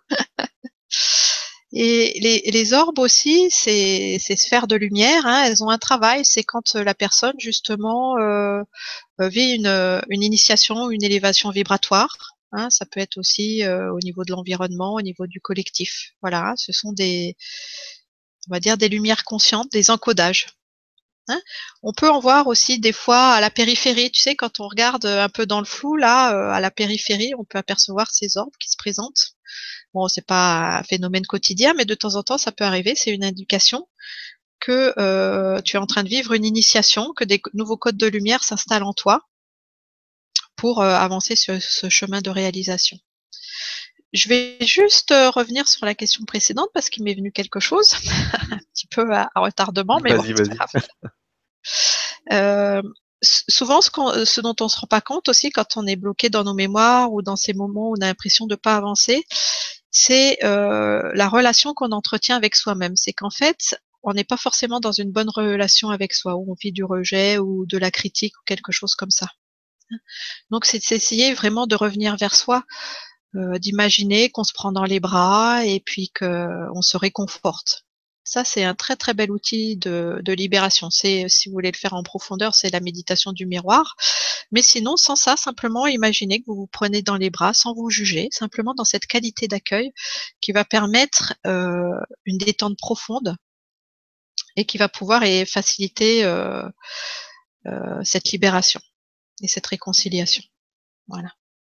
Et les, les orbes aussi, c'est ces sphères de lumière, hein, elles ont un travail. C'est quand la personne justement euh, vit une, une initiation, une élévation vibratoire. Hein, ça peut être aussi euh, au niveau de l'environnement, au niveau du collectif. Voilà, hein, ce sont des, on va dire des lumières conscientes, des encodages. Hein. On peut en voir aussi des fois à la périphérie. Tu sais, quand on regarde un peu dans le flou, là, euh, à la périphérie, on peut apercevoir ces orbes qui se présentent. Bon, c'est pas un phénomène quotidien, mais de temps en temps, ça peut arriver. C'est une indication que euh, tu es en train de vivre une initiation, que des nouveaux codes de lumière s'installent en toi pour euh, avancer sur ce chemin de réalisation. Je vais juste euh, revenir sur la question précédente parce qu'il m'est venu quelque chose, un petit peu à, à retardement, mais bon, Vas-y, c'est pas vas-y. grave. Euh, souvent, ce, qu'on, ce dont on se rend pas compte aussi quand on est bloqué dans nos mémoires ou dans ces moments où on a l'impression de pas avancer, c'est euh, la relation qu'on entretient avec soi-même. C'est qu'en fait, on n'est pas forcément dans une bonne relation avec soi, où on vit du rejet ou de la critique ou quelque chose comme ça. Donc, c'est d'essayer vraiment de revenir vers soi, euh, d'imaginer qu'on se prend dans les bras et puis qu'on se réconforte. Ça, c'est un très très bel outil de, de libération. C'est, si vous voulez le faire en profondeur, c'est la méditation du miroir. Mais sinon, sans ça, simplement imaginez que vous vous prenez dans les bras sans vous juger, simplement dans cette qualité d'accueil qui va permettre euh, une détente profonde et qui va pouvoir et faciliter euh, euh, cette libération et cette réconciliation. Voilà.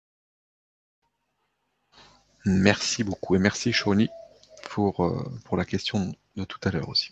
Merci beaucoup et merci Shaoni pour, euh, pour la question de tout à l'heure aussi.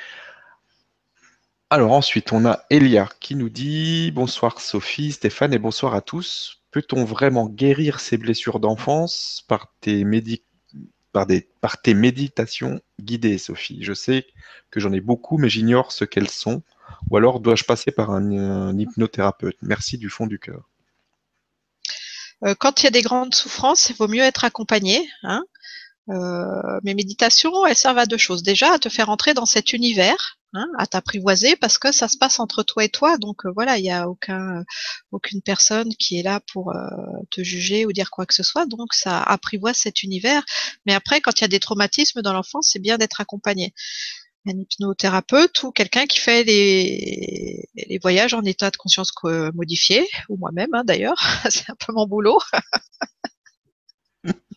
Alors ensuite, on a Elia qui nous dit: Bonsoir Sophie, Stéphane et bonsoir à tous. Peut-on vraiment guérir ces blessures d'enfance par tes, médi- par des- par tes méditations guidées, Sophie? Je sais que j'en ai beaucoup, mais j'ignore ce qu'elles sont. Ou alors dois-je passer par un, un hypnothérapeute? Merci du fond du cœur. Euh, quand il y a des grandes souffrances, il vaut mieux être accompagné. Hein. Euh, mes méditations, elles servent à deux choses. Déjà, à te faire entrer dans cet univers, hein, à t'apprivoiser, parce que ça se passe entre toi et toi. Donc euh, voilà, il n'y a aucun, aucune personne qui est là pour euh, te juger ou dire quoi que ce soit. Donc ça apprivoise cet univers. Mais après, quand il y a des traumatismes dans l'enfance, c'est bien d'être accompagné. Un hypnothérapeute ou quelqu'un qui fait les, les voyages en état de conscience modifié, ou moi-même hein, d'ailleurs, c'est un peu mon boulot.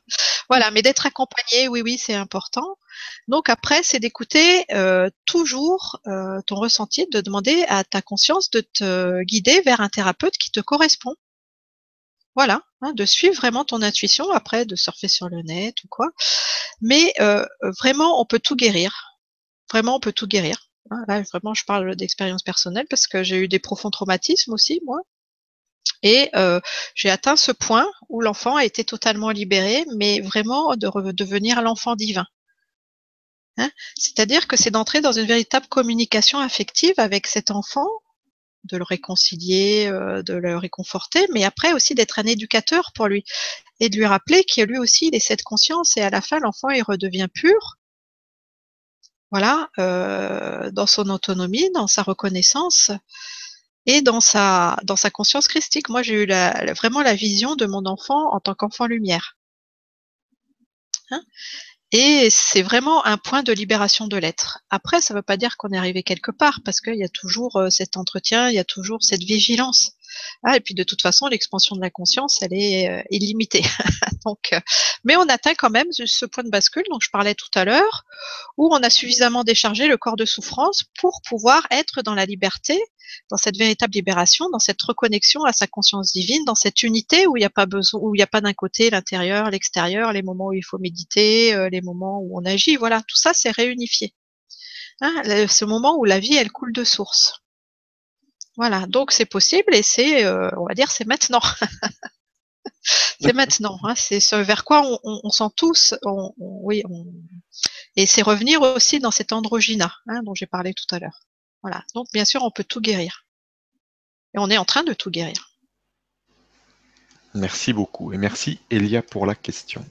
Voilà, mais d'être accompagné, oui, oui, c'est important. Donc après, c'est d'écouter euh, toujours euh, ton ressenti, de demander à ta conscience de te guider vers un thérapeute qui te correspond. Voilà, hein, de suivre vraiment ton intuition, après de surfer sur le net ou quoi. Mais euh, vraiment, on peut tout guérir. Vraiment, on peut tout guérir. Hein, là, vraiment, je parle d'expérience personnelle parce que j'ai eu des profonds traumatismes aussi, moi. Et euh, j'ai atteint ce point où l'enfant a été totalement libéré, mais vraiment de redevenir l'enfant divin. Hein, c'est-à-dire que c'est d'entrer dans une véritable communication affective avec cet enfant, de le réconcilier, euh, de le réconforter, mais après aussi d'être un éducateur pour lui et de lui rappeler que lui aussi il est cette conscience et à la fin l'enfant il redevient pur, voilà, euh, dans son autonomie, dans sa reconnaissance et dans sa dans sa conscience christique. Moi j'ai eu la, la- vraiment la vision de mon enfant en tant qu'enfant lumière. Hein. Et c'est vraiment un point de libération de l'être. Après, ça ne veut pas dire qu'on est arrivé quelque part, parce qu'il y a toujours euh, cet entretien, il y a toujours cette vigilance. Ah, et puis de toute façon, l'expansion de la conscience, elle est euh, illimitée. Donc, euh, mais on atteint quand même ce point de bascule dont je parlais tout à l'heure, où on a suffisamment déchargé le corps de souffrance pour pouvoir être dans la liberté, dans cette véritable libération, dans cette reconnexion à sa conscience divine, dans cette unité où il n'y a pas besoin, où il n'y a pas d'un côté l'intérieur, l'extérieur, les moments où il faut méditer, euh, les moments où on agit, voilà, tout ça c'est réunifié. Hein, le- ce moment où la vie elle coule de source. Voilà, donc c'est possible et c'est, euh, on va dire, c'est maintenant. C'est maintenant. Hein, c'est ce vers quoi on, on, on sent tous. On, on- oui, on, et c'est revenir aussi dans cet androgyna hein, dont j'ai parlé tout à l'heure. Voilà. Donc bien sûr, on peut tout guérir. Et on est en train de tout guérir. Merci beaucoup. Et merci Elia pour la question.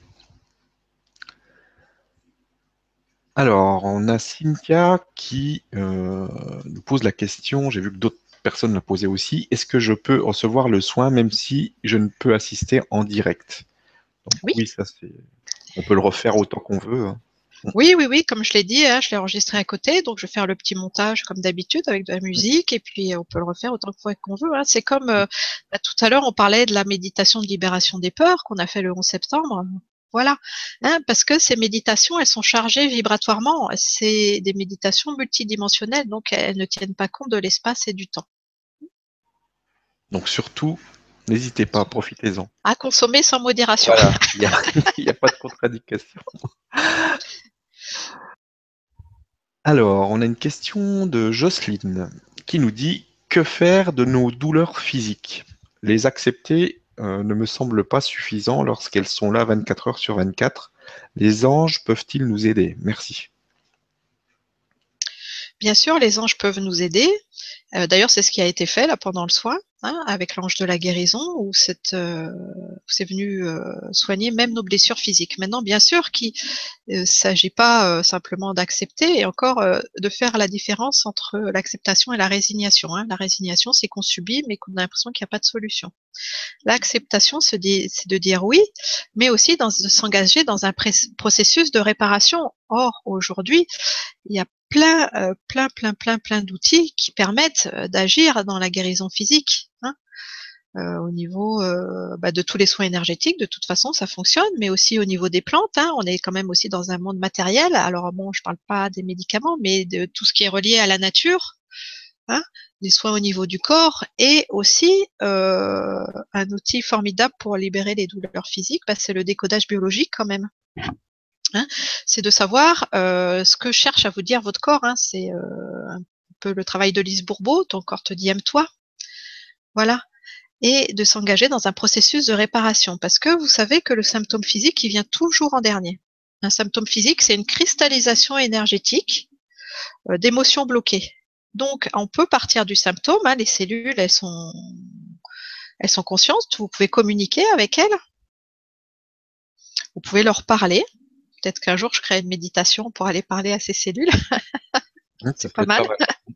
Alors, on a Cynthia qui euh, nous pose la question, j'ai vu que d'autres personnes la posaient aussi, est-ce que je peux recevoir le soin même si je ne peux assister en direct? Donc Oui, oui, ça c'est, on peut le refaire autant qu'on veut. Hein. oui, oui, oui. Comme je l'ai dit, hein, je l'ai enregistré à côté, donc je vais faire le petit montage comme d'habitude avec de la musique, et puis on peut le refaire autant de fois qu'on veut. Hein. C'est comme euh, bah, tout à l'heure, on parlait de la méditation de libération des peurs qu'on a fait le onze septembre. Voilà, hein, parce que ces méditations, elles sont chargées vibratoirement. C'est des méditations multidimensionnelles, donc elles ne tiennent pas compte de l'espace et du temps. Donc surtout, n'hésitez pas, profitez-en. À consommer sans modération. Voilà, il n'y a, il y a pas de contre-indication. Alors, on a une question de Jocelyne qui nous dit que faire de nos douleurs physiques? Les accepter euh, ne me semble pas suffisant lorsqu'elles sont là vingt-quatre heures sur vingt-quatre. Les anges peuvent-ils nous aider? Merci. Bien sûr, les anges peuvent nous aider. Euh, d'ailleurs, c'est ce qui a été fait là pendant le soin, hein, avec l'ange de la guérison, où c'est euh, c'est venu euh, soigner même nos blessures physiques. Maintenant, bien sûr, qu'il ne s'agit pas euh, simplement d'accepter, et encore euh, de faire la différence entre l'acceptation et la résignation. Hein. La résignation, c'est qu'on subit, mais qu'on a l'impression qu'il n'y a pas de solution. L'acceptation, c'est de dire oui, mais aussi dans, de s'engager dans un processus de réparation. Or, aujourd'hui, il y a plein, euh, plein, plein, plein, plein d'outils qui permettent euh, d'agir dans la guérison physique. Hein, euh, au niveau euh, bah, de tous les soins énergétiques, de toute façon, ça fonctionne, mais aussi au niveau des plantes. Hein, on est quand même aussi dans un monde matériel. Alors bon, je parle pas des médicaments, mais de tout ce qui est relié à la nature. Hein, les soins au niveau du corps et aussi euh, un outil formidable pour libérer les douleurs physiques, bah, c'est le décodage biologique quand même. Hein, c'est de savoir euh, ce que cherche à vous dire votre corps. Hein, c'est euh, un peu le travail de Lise Bourbeau, ton corps te dit aime-toi. Voilà. Et de s'engager dans un processus de réparation. Parce que vous savez que le symptôme physique, il vient toujours en dernier. Un symptôme physique, c'est une cristallisation énergétique euh, d'émotions bloquées. Donc, on peut partir du symptôme. Hein, les cellules, elles sont, elles sont conscientes. Vous pouvez communiquer avec elles. Vous pouvez leur parler. Peut-être qu'un jour, je crée une méditation pour aller parler à ces cellules. Mmh, ça C'est peut pas être mal. pas mal.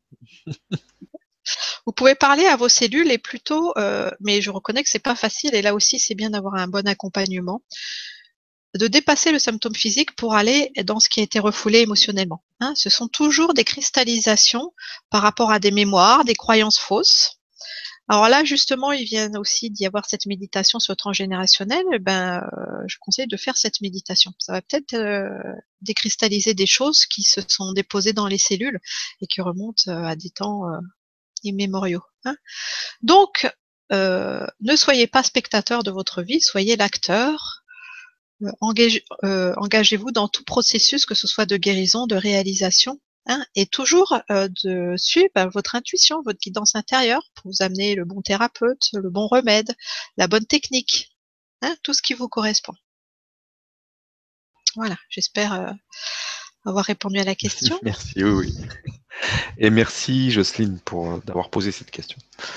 Vous pouvez parler à vos cellules et plutôt, euh, mais je reconnais que c'est pas facile et là aussi c'est bien d'avoir un bon accompagnement, de dépasser le symptôme physique pour aller dans ce qui a été refoulé émotionnellement. Hein, ce sont toujours des cristallisations par rapport à des mémoires, des croyances fausses, Alors là, justement, il vient aussi d'y avoir cette méditation sur le transgénérationnel. Eh ben, euh, je conseille de faire cette méditation. Ça va peut-être euh, décristalliser des choses qui se sont déposées dans les cellules et qui remontent euh, à des temps euh, immémoriaux. Hein. Donc, euh, ne soyez pas spectateur de votre vie, soyez l'acteur. Euh, engage, euh, engagez-vous dans tout processus, que ce soit de guérison, de réalisation. Hein, et toujours euh, de suivre bah, votre intuition, votre guidance intérieure pour vous amener le bon thérapeute, le bon remède, la bonne technique, hein, tout ce qui vous correspond. Voilà, j'espère euh, avoir répondu à la question. Merci, oui, oui. Et merci Jocelyne pour d'avoir posé cette question.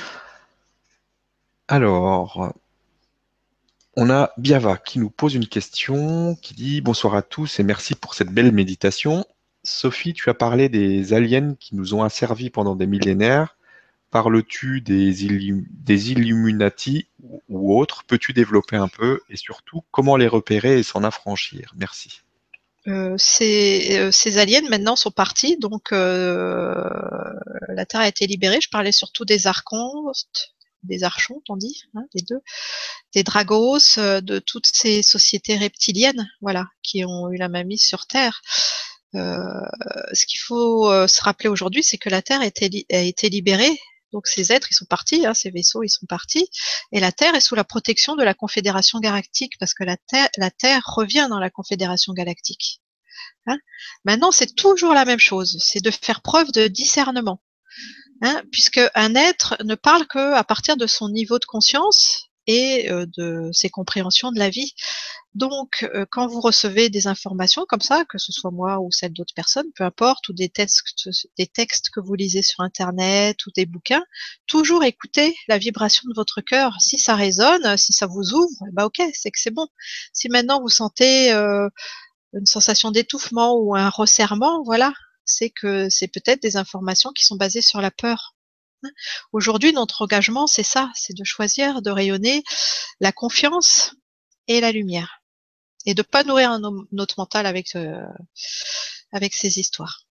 Alors, on a Biava qui nous pose une question, qui dit bonsoir à tous et merci pour cette belle méditation. Sophie, tu as parlé des aliens qui nous ont asservis pendant des millénaires. Parles-tu des, Illum- des Illuminati ou, ou autres? Peux-tu développer un peu et surtout comment les repérer et s'en affranchir? Merci. Euh, ces, euh, ces aliens maintenant sont partis, donc euh, la Terre a été libérée. Je parlais surtout des archontes, des archontes, on dit, hein, les deux, des dragos, euh, de toutes ces sociétés reptiliennes, voilà, qui ont eu la main mise sur Terre. Euh, ce qu'il faut euh, se rappeler aujourd'hui, c'est que la Terre a été, li- a été libérée. Donc ces êtres, ils sont partis, hein, ces vaisseaux, ils sont partis, et la Terre est sous la protection de la Confédération galactique, parce que la Terre, la Terre revient dans la Confédération galactique. Hein. Maintenant, c'est toujours la même chose, c'est de faire preuve de discernement, hein, puisque un être ne parle que à partir de son niveau de conscience et euh, de ses compréhensions de la vie. Donc, euh, quand vous recevez des informations comme ça, que ce soit moi ou celle d'autres personnes, peu importe, ou des textes, des textes que vous lisez sur Internet ou des bouquins, toujours écoutez la vibration de votre cœur. Si ça résonne, si ça vous ouvre, bah ok, c'est que c'est bon. Si maintenant vous sentez euh, une sensation d'étouffement ou un resserrement, voilà, c'est que c'est peut-être des informations qui sont basées sur la peur. Aujourd'hui, notre engagement, c'est ça, c'est de choisir de rayonner la confiance et la lumière, et de pas nourrir un, notre mental avec euh, avec ces histoires.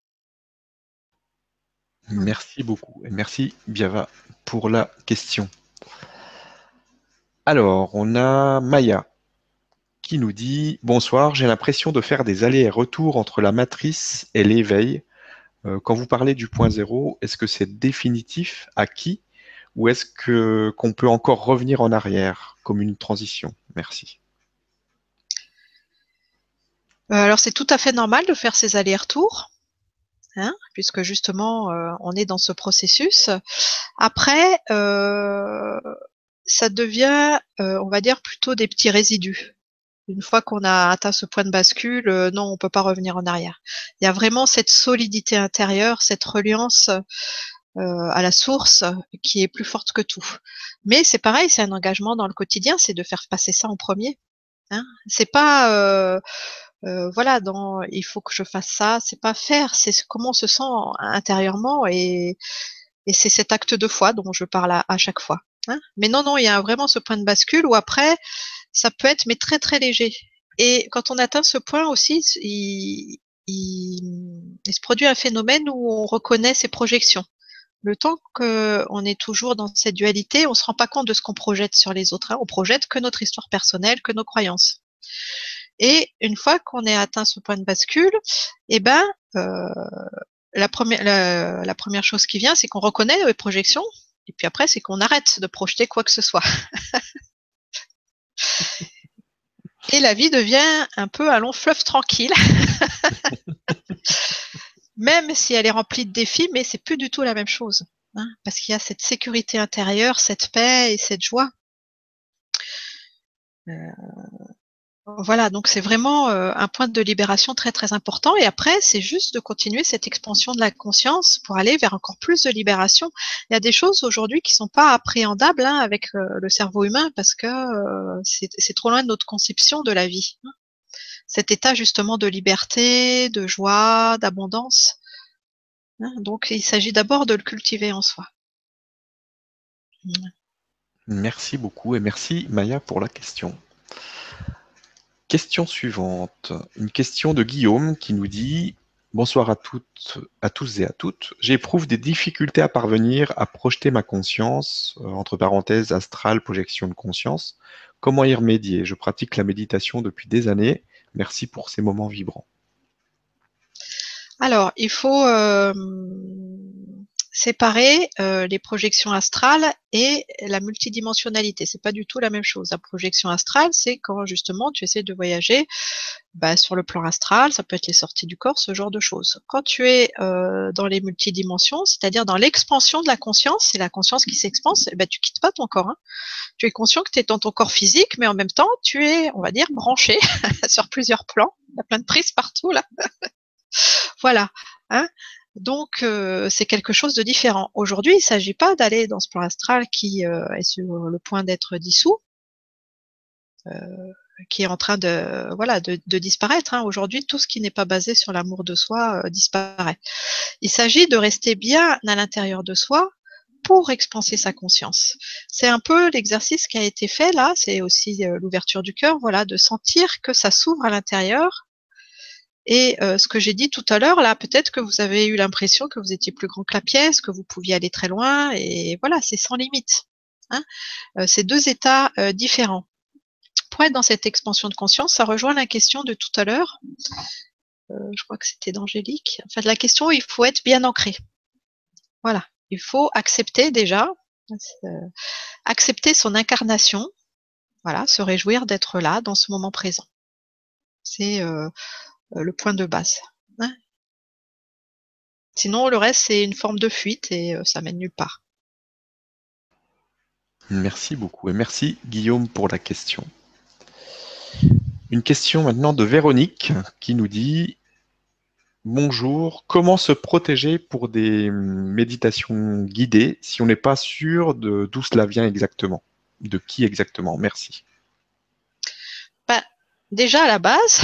Voilà. Merci beaucoup et merci Biava pour la question. Alors, on a Maya qui nous dit bonsoir, j'ai l'impression de faire des allers-retours entre la matrice et l'éveil. Euh, quand vous parlez du point zéro, est-ce que c'est définitif, acquis, ou est-ce que qu'on peut encore revenir en arrière comme une transition? Merci. Euh, alors c'est tout à fait normal de faire ces allers-retours, hein, puisque justement euh, on est dans ce processus. Après, euh, ça devient, euh, on va dire, plutôt des petits résidus. Une fois qu'on a atteint ce point de bascule, euh, non, on peut pas revenir en arrière. Il y a vraiment cette solidité intérieure, cette reliance euh, à la source qui est plus forte que tout. Mais c'est pareil, c'est un engagement dans le quotidien, c'est de faire passer ça en premier. Hein. C'est pas, euh, euh, voilà, dans, il faut que je fasse ça. C'est pas faire, c'est comment on se sent intérieurement et, et c'est cet acte de foi dont je parle à, à chaque fois. Hein. Mais non, non, il y a vraiment ce point de bascule où après, ça peut être mais très très léger. Et quand on atteint ce point aussi, il, il, il se produit un phénomène où on reconnaît ses projections. Le temps qu'on est toujours dans cette dualité, on se rend pas compte de ce qu'on projette sur les autres. Hein. On projette que notre histoire personnelle, que nos croyances. Et une fois qu'on est atteint ce point de bascule, eh ben, euh, la première, la, la première chose qui vient, c'est qu'on reconnaît les projections. Et puis après, c'est qu'on arrête de projeter quoi que ce soit. Et la vie devient un peu un long fleuve tranquille. Même si elle est remplie de défis, mais c'est plus du tout la même chose. Hein, parce qu'il y a cette sécurité intérieure, cette paix et cette joie. Euh, voilà, donc c'est vraiment euh, un point de libération très très important. Et après, c'est juste de continuer cette expansion de la conscience pour aller vers encore plus de libération. Il y a des choses aujourd'hui qui sont pas appréhendables hein, avec euh, le cerveau humain parce que euh, c'est, c'est trop loin de notre conception de la vie. Hein. Cet état justement de liberté, de joie, d'abondance. Hein, donc il s'agit d'abord de le cultiver en soi. Merci beaucoup et merci Maya pour la question. Question suivante. Une question de Guillaume qui nous dit Bonsoir à toutes, à tous et à toutes. J'éprouve des difficultés à parvenir à projeter ma conscience, euh, entre parenthèses, astrale, projection de conscience. Comment y remédier? Je pratique la méditation depuis des années. Merci pour ces moments vibrants. Alors, il faut euh, séparer euh, les projections astrales et la multidimensionnalité. C'est pas du tout la même chose. La projection astrale, c'est quand justement tu essaies de voyager bah, sur le plan astral, ça peut être les sorties du corps, ce genre de choses. Quand tu es euh, dans les multidimensions, c'est-à-dire dans l'expansion de la conscience, c'est la conscience qui s'expanse, eh ben, tu quittes pas ton corps. Hein. Tu es conscient que tu es dans ton corps physique, mais en même temps, tu es, on va dire, branché sur plusieurs plans. Il y a plein de prises partout là. Voilà. Hein. Donc, euh, c'est quelque chose de différent. Aujourd'hui, il ne s'agit pas d'aller dans ce plan astral qui euh, est sur le point d'être dissous, euh, qui est en train de, voilà, de, de disparaître. Hein. Aujourd'hui, tout ce qui n'est pas basé sur l'amour de soi euh, disparaît. Il s'agit de rester bien à l'intérieur de soi pour expanser sa conscience. C'est un peu l'exercice qui a été fait là, c'est aussi euh, l'ouverture du cœur, voilà, de sentir que ça s'ouvre à l'intérieur. Et euh, ce que j'ai dit tout à l'heure, là, peut-être que vous avez eu l'impression que vous étiez plus grand que la pièce, que vous pouviez aller très loin, et voilà, c'est sans limite. Hein. Euh, c'est deux états euh, différents. Pour être dans cette expansion de conscience, ça rejoint la question de tout à l'heure. Euh, je crois que c'était d'Angélique. Enfin, de la question, il faut être bien ancré. Voilà, il faut accepter déjà, euh, accepter son incarnation. Voilà, se réjouir d'être là, dans ce moment présent. C'est euh, le point de base. Hein. Sinon, le reste, c'est une forme de fuite et euh, ça mène nulle part. Merci beaucoup et merci Guillaume pour la question. Une question maintenant de Véronique qui nous dit bonjour, comment se protéger pour des méditations guidées si on n'est pas sûr de d'où cela vient exactement? De qui exactement? Merci. Ben, déjà, à la base,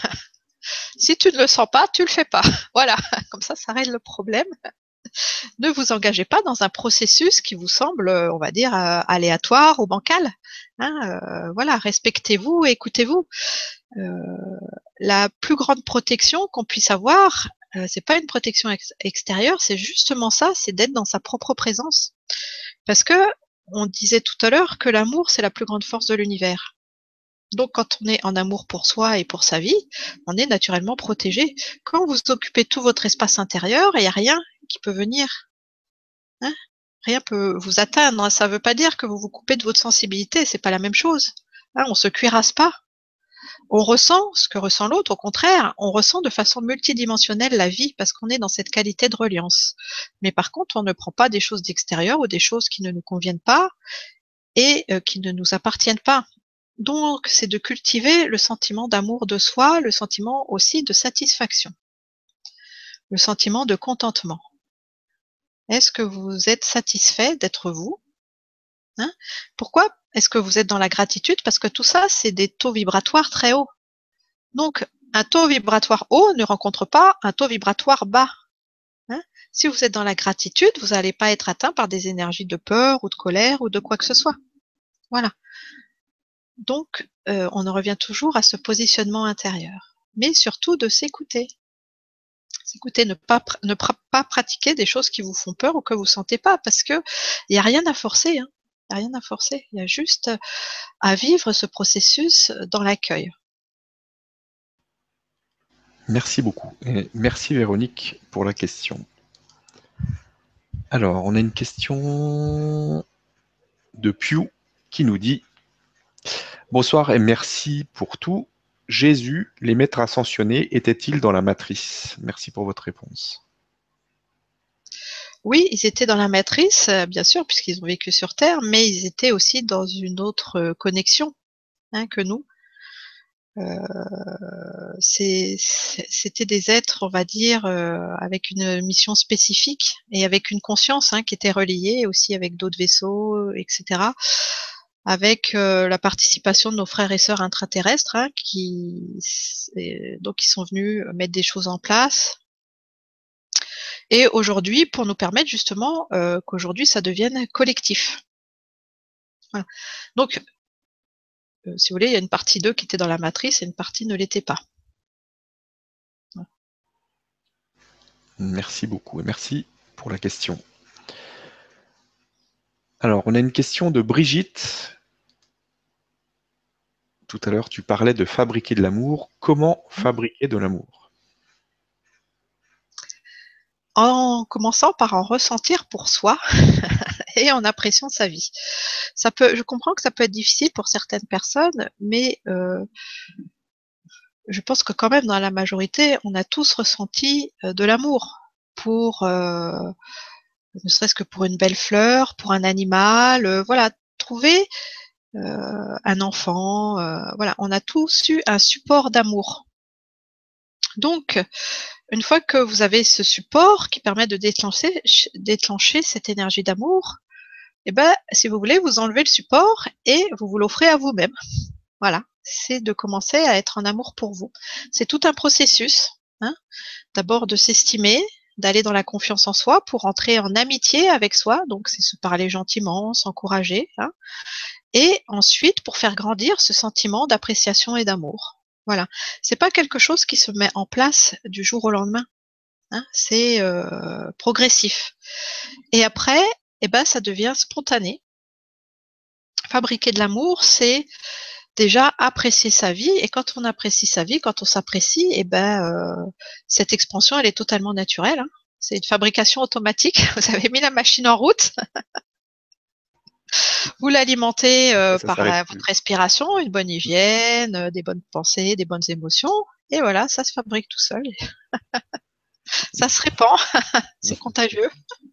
si tu ne le sens pas, tu le fais pas. Voilà, comme ça, ça règle le problème. Ne vous engagez pas dans un processus qui vous semble, on va dire, euh, aléatoire ou bancal. Hein, euh, voilà, respectez-vous, écoutez-vous. Euh, la plus grande protection qu'on puisse avoir, euh, c'est pas une protection ex- extérieure, c'est justement ça, c'est d'être dans sa propre présence. Parce que on disait tout à l'heure que l'amour, c'est la plus grande force de l'univers. Donc, quand on est en amour pour soi et pour sa vie, on est naturellement protégé. Quand vous occupez tout votre espace intérieur, il n'y a rien qui peut venir. Hein, rien peut vous atteindre. Ça ne veut pas dire que vous vous coupez de votre sensibilité. C'est pas la même chose. Hein, on se cuirasse pas. On ressent ce que ressent l'autre. Au contraire, on ressent de façon multidimensionnelle la vie parce qu'on est dans cette qualité de reliance. Mais par contre, on ne prend pas des choses d'extérieur ou des choses qui ne nous conviennent pas et euh, qui ne nous appartiennent pas. Donc, c'est de cultiver le sentiment d'amour de soi, le sentiment aussi de satisfaction, le sentiment de contentement. Est-ce que vous êtes satisfait d'être vous? Hein? Pourquoi est-ce que vous êtes dans la gratitude? Parce que tout ça, c'est des taux vibratoires très hauts. Donc, un taux vibratoire haut ne rencontre pas un taux vibratoire bas. Hein? Si vous êtes dans la gratitude, vous n'allez pas être atteint par des énergies de peur ou de colère ou de quoi que ce soit. Voilà. Donc, euh, on en revient toujours à ce positionnement intérieur, mais surtout de s'écouter. S'écouter, ne pas ne pas pratiquer des choses qui vous font peur ou que vous sentez pas, parce que il y a rien à forcer. Hein. Il y a rien à forcer. Il y a juste à vivre ce processus dans l'accueil. Merci beaucoup. Et merci Véronique pour la question. Alors, on a une question de Pew qui nous dit bonsoir et merci pour tout. Jésus, les maîtres ascensionnés, étaient-ils dans la matrice? Merci pour votre réponse. Oui, ils étaient dans la matrice, bien sûr, puisqu'ils ont vécu sur Terre, mais ils étaient aussi dans une autre connexion hein, que nous. Euh, c'était des êtres, on va dire, euh, avec une mission spécifique et avec une conscience hein, qui était reliée aussi avec d'autres vaisseaux, et cetera. Avec euh, la participation de nos frères et sœurs intraterrestres hein, qui donc ils sont venus mettre des choses en place. Et aujourd'hui, pour nous permettre justement euh, qu'aujourd'hui ça devienne collectif. Voilà. Donc, euh, si vous voulez, il y a une partie d'eux qui était dans la matrice et une partie ne l'était pas. Voilà. Merci beaucoup et merci pour la question. Alors, on a une question de Brigitte. Tout à l'heure, tu parlais de fabriquer de l'amour. Comment fabriquer de l'amour? En commençant par en ressentir pour soi et en appréciant sa vie. Ça peut, je comprends que ça peut être difficile pour certaines personnes, mais euh, je pense que quand même dans la majorité, on a tous ressenti euh, de l'amour pour, euh, ne serait-ce que pour une belle fleur, pour un animal, euh, voilà, trouver euh, un enfant, euh, voilà, on a tous eu un support d'amour. Donc, une fois que vous avez ce support qui permet de déclencher, déclencher cette énergie d'amour, eh ben, si vous voulez, vous enlevez le support et vous vous l'offrez à vous-même. Voilà, c'est de commencer à être en amour pour vous. C'est tout un processus, hein. D'abord de s'estimer, d'aller dans la confiance en soi pour entrer en amitié avec soi, donc c'est se parler gentiment, s'encourager, hein. Et ensuite pour faire grandir ce sentiment d'appréciation et d'amour. Voilà, c'est pas quelque chose qui se met en place du jour au lendemain, hein. C'est euh, progressif. Et après, eh ben, ça devient spontané. Fabriquer de l'amour, c'est déjà apprécier sa vie. Et quand on apprécie sa vie, quand on s'apprécie, eh ben, euh, cette expansion, elle est totalement naturelle, hein. C'est une fabrication automatique. Vous avez mis la machine en route. Vous l'alimentez euh, Et ça par s'arrête euh, plus. votre respiration, une bonne hygiène, euh, des bonnes pensées, des bonnes émotions. Et voilà, ça se fabrique tout seul. Ça se répand. C'est contagieux.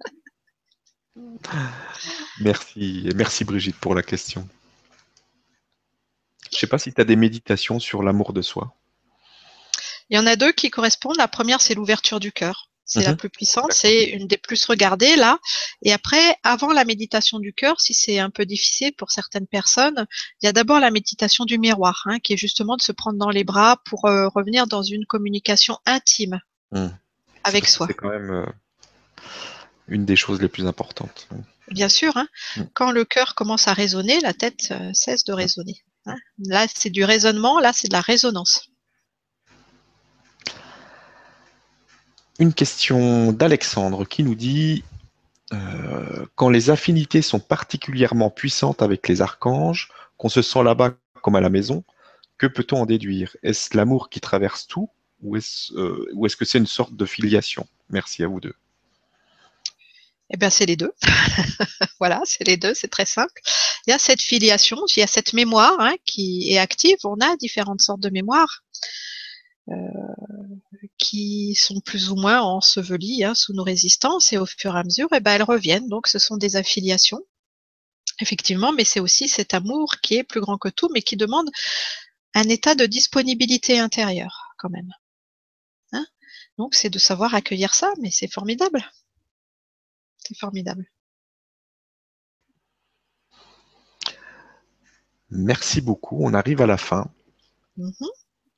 Merci, et merci Brigitte pour la question. Je ne sais pas si tu as des méditations sur l'amour de soi. Il y en a deux qui correspondent. La première, c'est l'ouverture du cœur. C'est la Mhm. plus puissante, D'accord. c'est une des plus regardées là. Et après, avant la méditation du cœur, si c'est un peu difficile pour certaines personnes, il y a d'abord la méditation du miroir, hein, qui est justement de se prendre dans les bras pour euh, revenir dans une communication intime Mm. C'est avec parce que soi. c'est quand même euh, une des choses les plus importantes. Bien sûr, hein, Mm. quand le cœur commence à résonner, la tête euh, cesse de résonner, hein. Là, c'est du raisonnement, là, c'est de la résonance. Une question d'Alexandre qui nous dit euh, quand les affinités sont particulièrement puissantes avec les archanges, qu'on se sent là-bas comme à la maison, que peut-on en déduire? Est-ce l'amour qui traverse tout ou est-ce euh, ou est-ce que c'est une sorte de filiation? Merci à vous deux. Eh bien, c'est les deux. Voilà, c'est les deux, c'est très simple. Il y a cette filiation, il y a cette mémoire, hein, qui est active. On a différentes sortes de mémoires euh, qui sont plus ou moins ensevelies, hein, sous nos résistances, et au fur et à mesure, eh ben, elles reviennent. Donc, ce sont des affiliations, effectivement, mais c'est aussi cet amour qui est plus grand que tout, mais qui demande un état de disponibilité intérieure, quand même, hein. Donc, c'est de savoir accueillir ça, mais c'est formidable. C'est formidable. Merci beaucoup. On arrive à la fin. Mhm.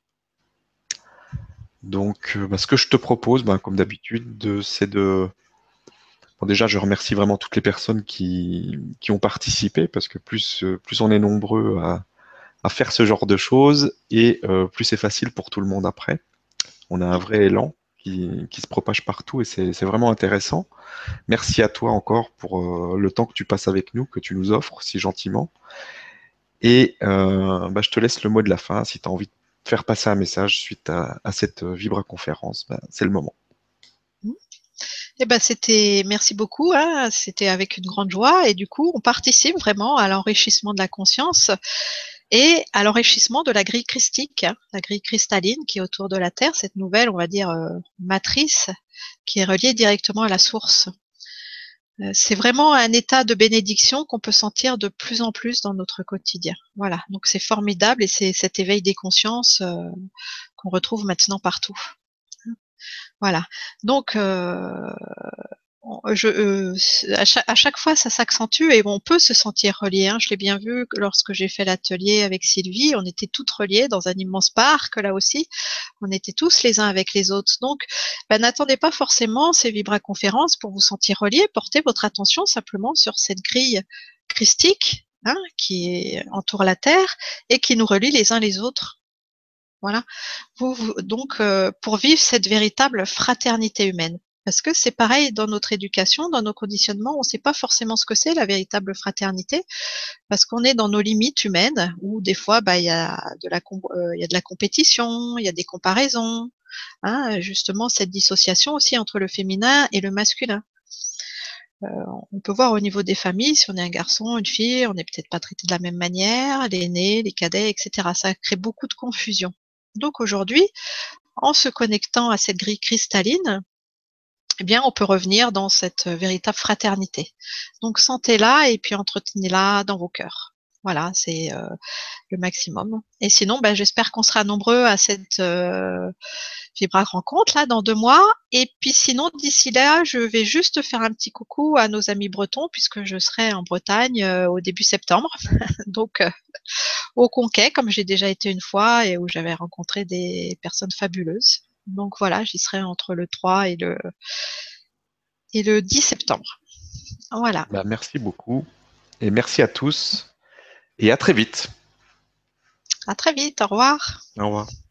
Donc, euh, bah, ce que je te propose, bah, comme d'habitude, de- c'est de. Bon, déjà, je remercie vraiment toutes les personnes qui, qui ont participé, parce que plus, euh, plus on est nombreux à, à faire ce genre de choses, et euh, plus c'est facile pour tout le monde après. On a un vrai élan qui, qui se propage partout, et c'est c'est vraiment intéressant. Merci à toi encore pour euh, le temps que tu passes avec nous, que tu nous offres si gentiment. Et euh, bah, je te laisse le mot de la fin. Si tu as envie de faire passer un message suite à, à cette euh, vibra-conférence, bah, c'est le moment. Eh ben, c'était, merci beaucoup, hein, c'était avec une grande joie et du coup, on participe vraiment à l'enrichissement de la conscience et à l'enrichissement de la grille christique, hein, la grille cristalline qui est autour de la Terre, cette nouvelle, on va dire, euh, matrice qui est reliée directement à la source. Euh, c'est vraiment un état de bénédiction qu'on peut sentir de plus en plus dans notre quotidien. Voilà, donc c'est formidable et c'est cet éveil des consciences euh, qu'on retrouve maintenant partout. Voilà. Donc, euh, je, euh, à, chaque, à chaque fois, ça s'accentue et on peut se sentir relié, hein. Je l'ai bien vu lorsque j'ai fait l'atelier avec Sylvie. On était toutes reliées dans un immense parc, là aussi. On était tous les uns avec les autres. Donc, ben, n'attendez pas forcément ces vibra-conférences pour vous sentir reliés. Portez votre attention simplement sur cette grille christique, hein, qui entoure la Terre et qui nous relie les uns les autres. Voilà. Vous, vous, donc, euh, pour vivre cette véritable fraternité humaine. Parce que c'est pareil dans notre éducation, dans nos conditionnements, on ne sait pas forcément ce que c'est la véritable fraternité, parce qu'on est dans nos limites humaines, où des fois, bah, il y a de la, euh, il y a de la compétition, il y a des comparaisons, hein, justement cette dissociation aussi entre le féminin et le masculin. Euh, on peut voir au niveau des familles, si on est un garçon, une fille, on n'est peut-être pas traité de la même manière, les aînés, les cadets, et cetera. Ça crée beaucoup de confusion. Donc aujourd'hui, en se connectant à cette grille cristalline, eh bien, on peut revenir dans cette véritable fraternité. Donc sentez-la et puis entretenez-la dans vos cœurs. Voilà, c'est euh, le maximum. Et sinon, ben, j'espère qu'on sera nombreux à cette euh, Vibra rencontre là dans deux mois. Et puis sinon, d'ici là, je vais juste faire un petit coucou à nos amis bretons puisque je serai en Bretagne euh, au début septembre. Donc euh, au Conquet, comme j'ai déjà été une fois et où j'avais rencontré des personnes fabuleuses. Donc voilà, j'y serai entre le trois et le et le dix septembre. Voilà. Bah, merci beaucoup et merci à tous et à très vite. À très vite. Au revoir. Au revoir.